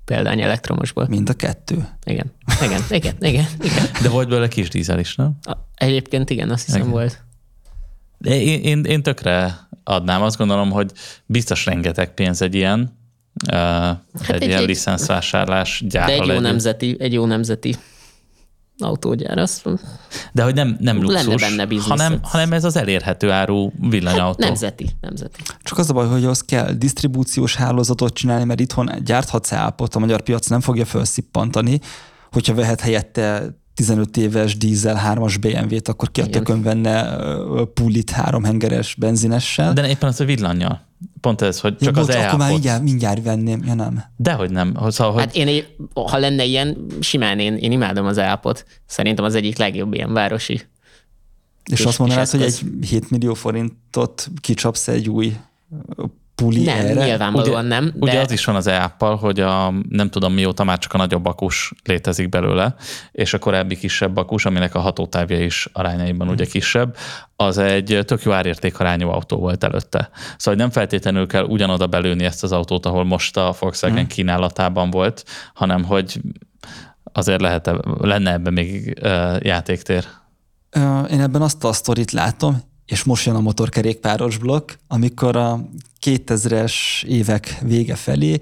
példány elektromosból. Mind a kettő. Igen. De volt belőle kis dízel is, nem? Egyébként igen, azt hiszem Igen. volt. De én tökre adnám. Azt gondolom, hogy biztos rengeteg pénz egy ilyen, ilyen licenszvásárlás gyárral Egy jó nemzeti autógyár, az De hogy nem luxus, benne biznisz. hanem ez az elérhető áru villanyautó. Nemzeti. Csak az a baj, hogy az kell disztribúciós hálózatot csinálni, mert itthon gyárthatsz Apple-t, a magyar piac nem fogja felszippantani, hogyha vehet helyette 15 éves dízel 3-as BMW-t, akkor ki a tökön venne Pulit 3 hengeres benzinessel. De éppen az a villannyal. Pont ez, hogy csak az akkor már mindjárt venném, ja nem. Dehogy nem. Szóval, hogy... Hát ha lenne ilyen, simán én imádom az Apple-t. Szerintem az egyik legjobb ilyen városi. És azt mondanád, hogy egy 7 millió forintot kicsapsz egy új Puli nem, erre? Nyilvánvalóan ugye, nem. De... Ugye az is van az E-App-al, hogy nem tudom mióta már csak a nagyobb akus létezik belőle, és a korábbi kisebb akus, aminek a hatótávja is arányaiban ugye kisebb, az egy tök jó árértékarányú autó volt előtte. Szóval nem feltétlenül kell ugyanoda belőni ezt az autót, ahol most a Volkswagen kínálatában volt, hanem hogy azért lenne ebben még játéktér. Én ebben azt a sztorit látom, és most jön a motorkerékpáros blokk, amikor a 2000-es évek vége felé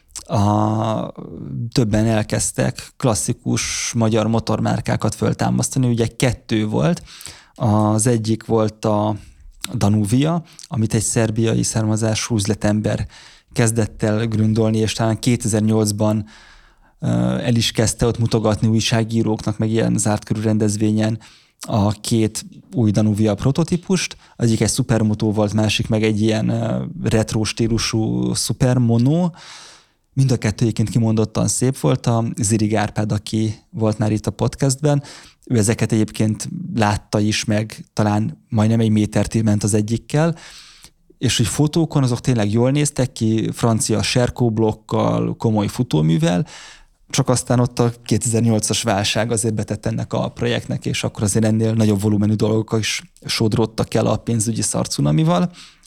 többen elkezdtek klasszikus magyar motormárkákat föltámasztani. Ugye 2 volt, az egyik volt a Danuvia, amit egy szerbiai származású üzletember kezdett el gründolni, és talán 2008-ban el is kezdte ott mutogatni újságíróknak, meg ilyen zárt körű rendezvényen a 2 új Danuvia prototípust. Egyik egy szupermotó volt, másik meg egy ilyen retro stílusú szupermono. Mind a 2 egyébként kimondottan szép volt. A Zirig Árpád, aki volt már itt a podcastben, ő ezeket egyébként látta is, meg talán majdnem 1 métert ment az egyikkel, és hogy fotókon azok tényleg jól néztek ki, francia serkóblokkal, komoly futóművel, csak aztán ott a 2008-as válság azért betett ennek a projektnek, és akkor azért ennél nagyobb volumenű dolgok is sodródtak el a pénzügyi szarcunamival.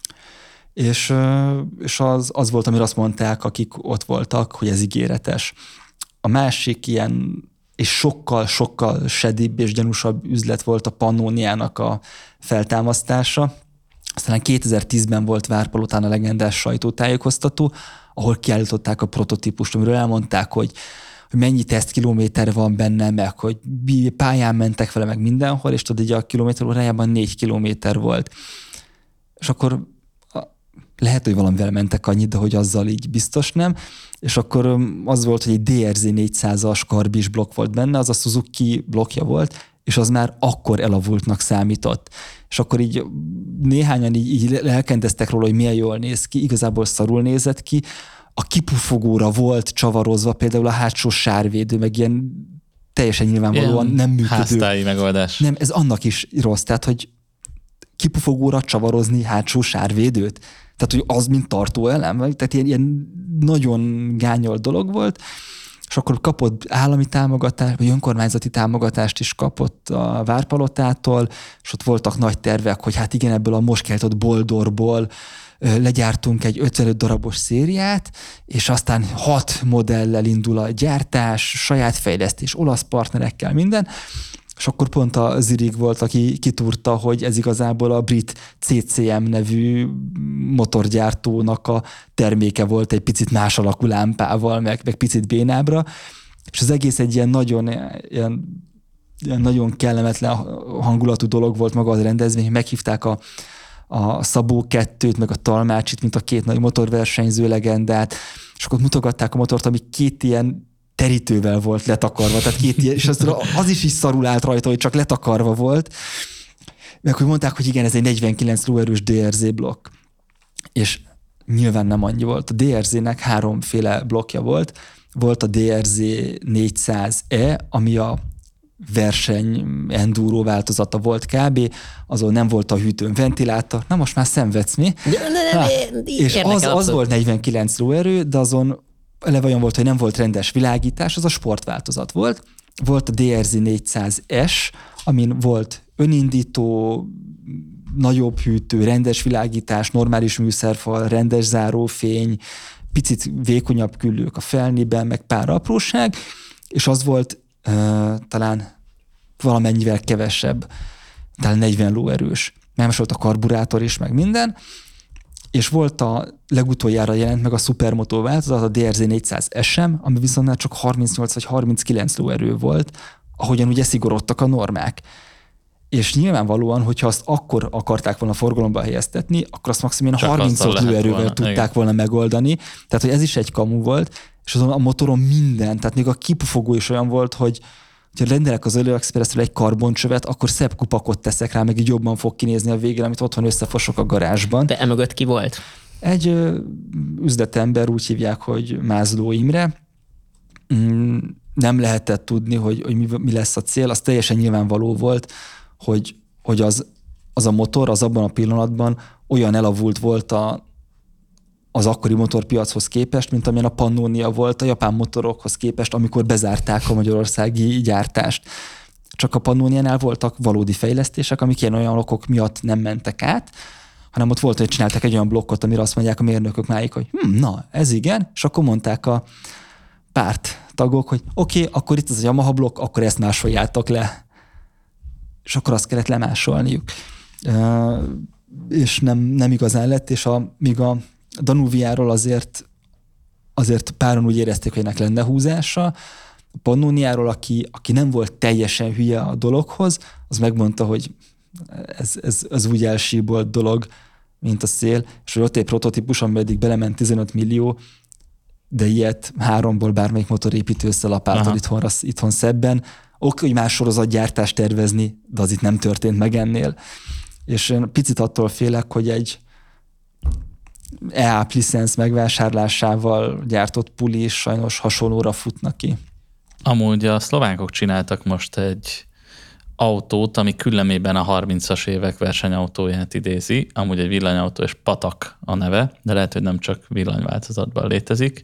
És az volt, amire azt mondták, akik ott voltak, hogy ez ígéretes. A másik ilyen, és sokkal sedibb és gyanúsabb üzlet volt a Pannoniának a feltámasztása. Aztán 2010-ben volt Várpalotán a legendás sajtótájékoztató, ahol kiállították a prototípust, amiről elmondták, hogy mennyi tesztkilométer van benne, meg hogy pályán mentek vele, meg mindenhol, és tudod, így a kilométer órájában 4 kilométer volt. És akkor lehet, hogy valamivel mentek annyit, de hogy azzal így biztos nem. És akkor az volt, hogy egy DRZ 400-as karbis blokk volt benne, az a Suzuki blokkja volt, és az már akkor elavultnak számított. És akkor így néhányan így elkendeztek róla, hogy milyen jól néz ki, igazából szarul nézett ki. A kipufogóra volt csavarozva például a hátsó sárvédő, meg ilyen teljesen nyilvánvalóan nem működő. Háztáji megoldás. Nem, ez annak is rossz, tehát hogy kipufogóra csavarozni hátsó sárvédőt. Tehát, hogy az, mint tartóelem, tehát ilyen nagyon gányolt dolog volt, és akkor kapott állami támogatást, vagy önkormányzati támogatást is kapott a Várpalotától, és ott voltak nagy tervek, hogy hát igen, ebből a most keltott Boldorból legyártunk egy 55 darabos szériát, és aztán 6 modellel indul a gyártás, saját fejlesztés, olasz partnerekkel, minden, és akkor pont a Zirig volt, aki kitúrta, hogy ez igazából a brit CCM nevű motorgyártónak a terméke volt egy picit más alakú lámpával, meg picit bénábbra, és az egész egy ilyen nagyon kellemetlen hangulatú dolog volt maga az rendezvény, meghívták a Szabó 2-t, meg a Talmácsit, mint a 2 nagy motorversenyző legendát, és akkor mutogatták a motort, ami 2 ilyen terítővel volt letakarva, tehát 2 ilyen, és az is szarul állt rajta, hogy csak letakarva volt, meg hogy mondták, hogy igen, ez egy 49 lóerős DRZ blokk, és nyilván nem annyi volt. A DRZ-nek 3 blokkja volt. Volt a DRZ 400E, ami a verseny enduro változata volt kb. Azon nem volt a hűtőn ventilátor. Na most már szenvedsz mi? És az volt 49 lóerő, de azon eleve olyan volt, hogy nem volt rendes világítás, az a sportváltozat volt. Volt a DRZ 400S, amin volt önindító, nagyobb hűtő, rendes világítás, normális műszerfal, rendes zárófény, picit vékonyabb küllők a felniben, meg pár apróság, és az volt talán valamennyivel kevesebb, talán 40 lóerős. Nem volt a karburátor is, meg minden, és volt a legutoljára jelent meg a szupermotó változat, a DRZ 400 SM, ami viszont már csak 38 vagy 39 lóerő volt, ahogyan ugye szigorodtak a normák. És nyilvánvalóan, hogyha azt akkor akarták volna forgalomba helyeztetni, akkor azt maximum 30 lóerővel tudták volna megoldani. Tehát, hogy ez is egy kamu volt, és azon a motoron minden, tehát még a kipufogó is olyan volt, hogy ha rendelek az AliExpressről egy karboncsövet, akkor szebb kupakot teszek rá, meg így jobban fog kinézni a végén, amit otthon összefosok a garázsban. De emögött ki volt? Egy üzletember, úgy hívják, hogy Mázló Imre. Nem lehetett tudni, hogy mi lesz a cél. Az teljesen nyilvánvaló volt, hogy az a motor az abban a pillanatban olyan elavult volt az akkori motorpiachoz képest, mint amilyen a Pannonia volt a japán motorokhoz képest, amikor bezárták a magyarországi gyártást. Csak a Pannoniánál voltak valódi fejlesztések, amik ilyen olyan okok miatt nem mentek át, hanem ott volt, hogy csináltak egy olyan blokkot, amire azt mondják a mérnökök máig, hogy na, ez igen, és akkor mondták a párttagok, hogy oké, akkor itt az a Yamaha blokk, akkor ezt másoljátok le. És akkor azt kellett lemásolniuk. És nem igazán lett, és míg a Danuviáról azért páran úgy érezték, hogy ennek lenne húzása. A Pannoniáról, aki nem volt teljesen hülye a dologhoz, az megmondta, hogy ez úgy elsíbolt dolog, mint a szél, és hogy ott egy prototípus, amiben eddig belement 15 millió, de ilyet 3-ból bármelyik motorépítő összelapáltad itthon szebben. Oké, hogy más sorozatgyártást tervezni, de az itt nem történt meg ennél. És én picit attól félek, hogy egy EAP licensz megvásárlásával gyártott puli is sajnos hasonlóra futnak ki. Amúgy a szlovákok csináltak most egy autót, ami küllemében a 30-as évek versenyautóját idézi, amúgy egy villanyautó, és Patak a neve, de lehet, hogy nem csak villanyváltozatban létezik,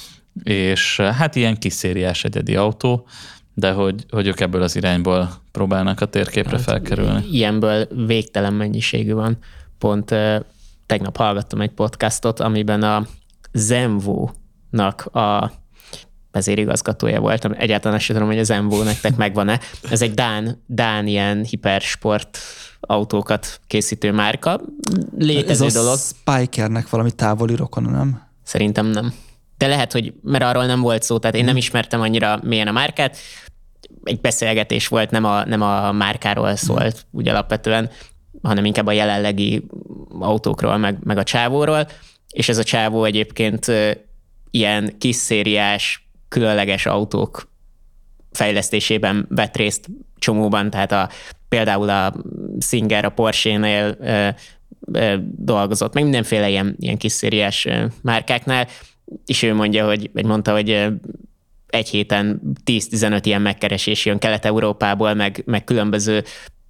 és hát ilyen kis szériás egyedi autó, de hogy ők ebből az irányból próbálnak a térképre felkerülni. Ilyenből végtelen mennyiségű van. Pont tegnap hallgattam egy podcastot, amiben a Zenvo-nak a vezérigazgatója voltam. Egyáltalán sem tudom, hogy a Zenvo nektek megvan-e. Ez egy dán ilyen hipersport autókat készítő márka. Létező ez dolog. Ez a Spikernek valami távoli rokona, nem? Szerintem nem. De lehet, hogy mert arról nem volt szó, tehát én nem ismertem annyira mélyen a márkát. Egy beszélgetés volt, nem a márkáról szólt úgy alapvetően, hanem inkább a jelenlegi autókról, meg a csávóról. És ez a csávó egyébként ilyen kis szériás, különleges autók fejlesztésében vett részt csomóban, tehát például a Singer a Porsche-nél dolgozott, meg mindenféle ilyen kis szériás márkáknál, és ő mondta, hogy egy héten 10-15 ilyen megkeresés jön Kelet-Európából, meg különböző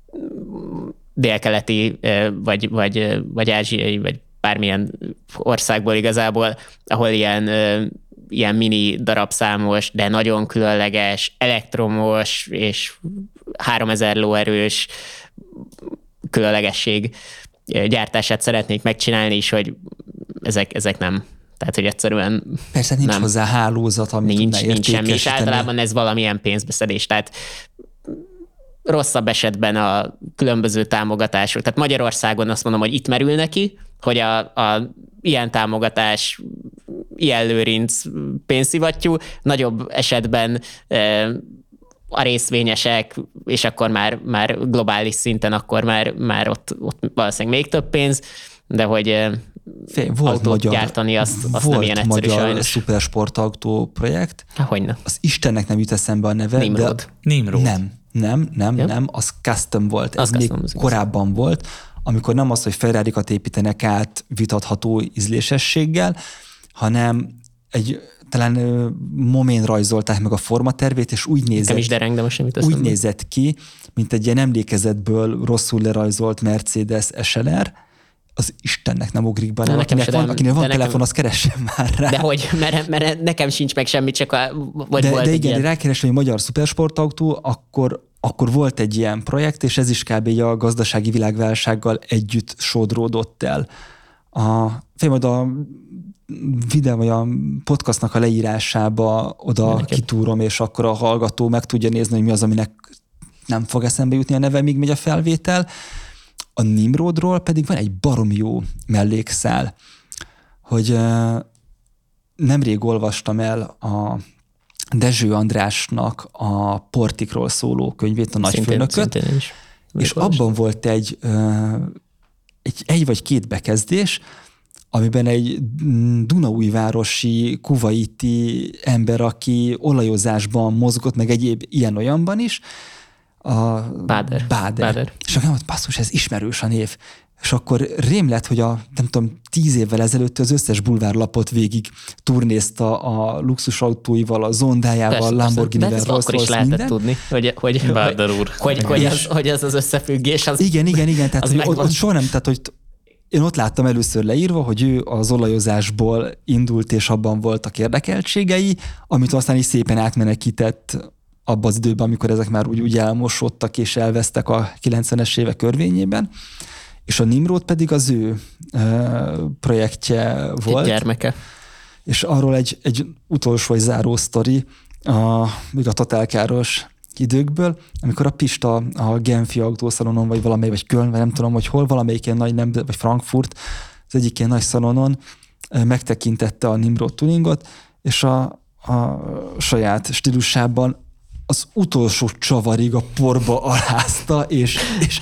délkeleti, vagy ázsiai, vagy bármilyen országból igazából, ahol ilyen mini darabszámos, de nagyon különleges, elektromos és 3000 lóerős különlegesség gyártását szeretnék megcsinálni, és hogy ezek nem. Tehát, hogy egyszerűen persze nincs nem. Hozzá hálózat, amit nincs semmi, és általában ez valamilyen pénzbeszedés. Tehát rosszabb esetben a különböző támogatások. Tehát Magyarországon azt mondom, hogy itt merül neki, hogy a ilyen támogatás, ilyen lőrinc pénzszivattyú, nagyobb esetben a részvényesek, és akkor már globális szinten akkor már ott valószínűleg még több pénz, de hogy autót gyártani, azt nem ilyen egyszerű sajnos. Volt magyar szupersportautó projekt. Hogyne. Az Istennek nem jut eszembe a neve. Nimrod. Nem, az custom volt. Ez még korábban volt, amikor nem az, hogy Ferrari-kat építenek át vitatható ízlésességgel, hanem talán momén rajzolták meg a formatervét, és úgy nézett ki, mint egy ilyen emlékezetből rosszul lerajzolt Mercedes SLR. Az Istennek nem ugrik be. Akinek van telefon, az keressen már rá. De hogy, mert nekem sincs meg semmi, csak de igen, rákeresni, hogy magyar szupersportautó, akkor volt egy ilyen projekt, és ez is kb. A gazdasági világválsággal együtt sodródott el. majd a videó vagy a podcastnak a leírásába oda kitúrom, és akkor a hallgató meg tudja nézni, hogy mi az, aminek nem fog eszembe jutni a neve, míg megy a felvétel. A Nimrodról pedig van egy baromi jó mellékszál, hogy nemrég olvastam el a Dezső Andrásnak a Portikról szóló könyvét, a Nagyfőnököt, és abban volt egy vagy két bekezdés, amiben egy dunaújvárosi, kuvaiti ember, aki olajozásban mozgott, meg egyéb ilyen-olyanban is, a Báder. És akkor mondta, basszus, ez ismerős a név. És akkor rém lett, hogy nem tudom, 10 évvel ezelőtt az összes bulvárlapot végig turnézta a luxusautóival, a zondájával, Lamborghinivel, Rolls-Royce, akkor is lehetett tudni, hogy Báder úr. Hogy ez az összefüggés. Az, igen. Tehát hogy ott soha nem, tehát hogy én ott láttam először leírva, hogy ő az olajozásból indult, és abban voltak érdekeltségei, amit aztán is szépen átmenekített abban az időben, amikor ezek már úgy elmosodtak és elvesztek a 90-es évek körvényében. És a Nimrod pedig az ő projektje volt. Egy gyermeke. És arról egy utolsó vagy záró sztori, még a totálkáros időkből, amikor a Pista a Genfi autószalonon, vagy Köln, vagy nem tudom, hogy hol, valamelyik ilyen nagy, vagy Frankfurt, az egyik ilyen nagy szalonon megtekintette a Nimrod tuningot, és a saját stílusában az utolsó csavarig a porba alázta, és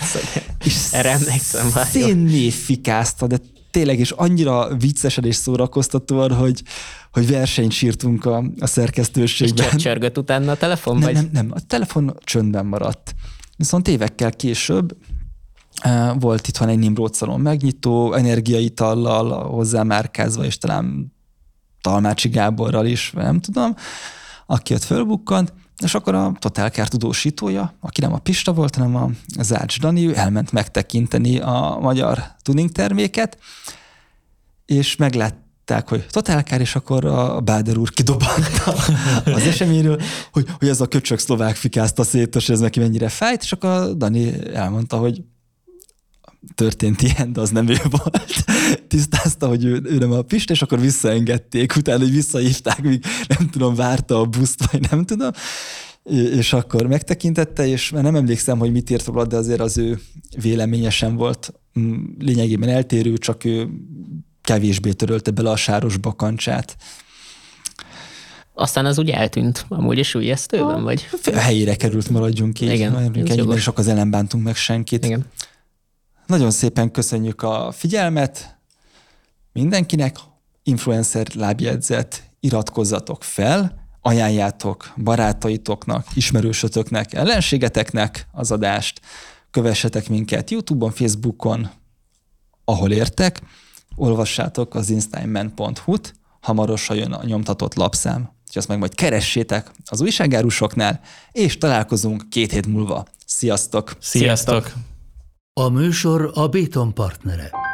szénné fikázta, de tényleg, és annyira viccesen és szórakoztatóan, hogy versenyt sírtunk a szerkesztőségben. És csörgött utána a telefon? Nem, a telefon csöndben maradt. Viszont évekkel később volt itthon egy Nimrod szalon megnyitó, energiaitallal hozzámárkázva, és talán Talmácsi Gáborral is, nem tudom, aki ott fölbukkant, és akkor a Totálkár tudósítója, aki nem a Pista volt, hanem a Zács Dani, ő elment megtekinteni a magyar tuning terméket, és meglátták, hogy Totálkár, és akkor a Báder úr kidobanta az eseményről, hogy ez a köcsög szlovák fikázta szét, és ez neki mennyire fájt, és akkor a Dani elmondta, hogy történt ilyen, de az nem ő volt. Tisztázta, hogy ő nem a Pista, és akkor visszaengedték, utána, hogy visszahívták, míg nem tudom, várta a buszt, vagy nem tudom, és akkor megtekintette, és már nem emlékszem, hogy mit írt róla, de azért az ő véleménye sem volt lényegében eltérő, csak ő kevésbé törölte bele a sáros bakancsát. Aztán az úgy eltűnt, amúgy is újjesztőben, vagy? A helyére került, maradjunk így. Igen, ennyiben is akkor nem bántunk meg senkit. Igen. Nagyon szépen köszönjük a figyelmet mindenkinek, influencer lábjegyzet, iratkozzatok fel, ajánljátok barátaitoknak, ismerősötöknek, ellenségeteknek az adást, kövessetek minket YouTube-on, Facebookon, ahol értek, olvassátok az instainman.hu-t, hamarosan jön a nyomtatott lapszám, úgyhogy azt meg majd keressétek az újságárusoknál, és találkozunk 2 hét múlva. Sziasztok! Sziasztok! A műsor a Béton partnere.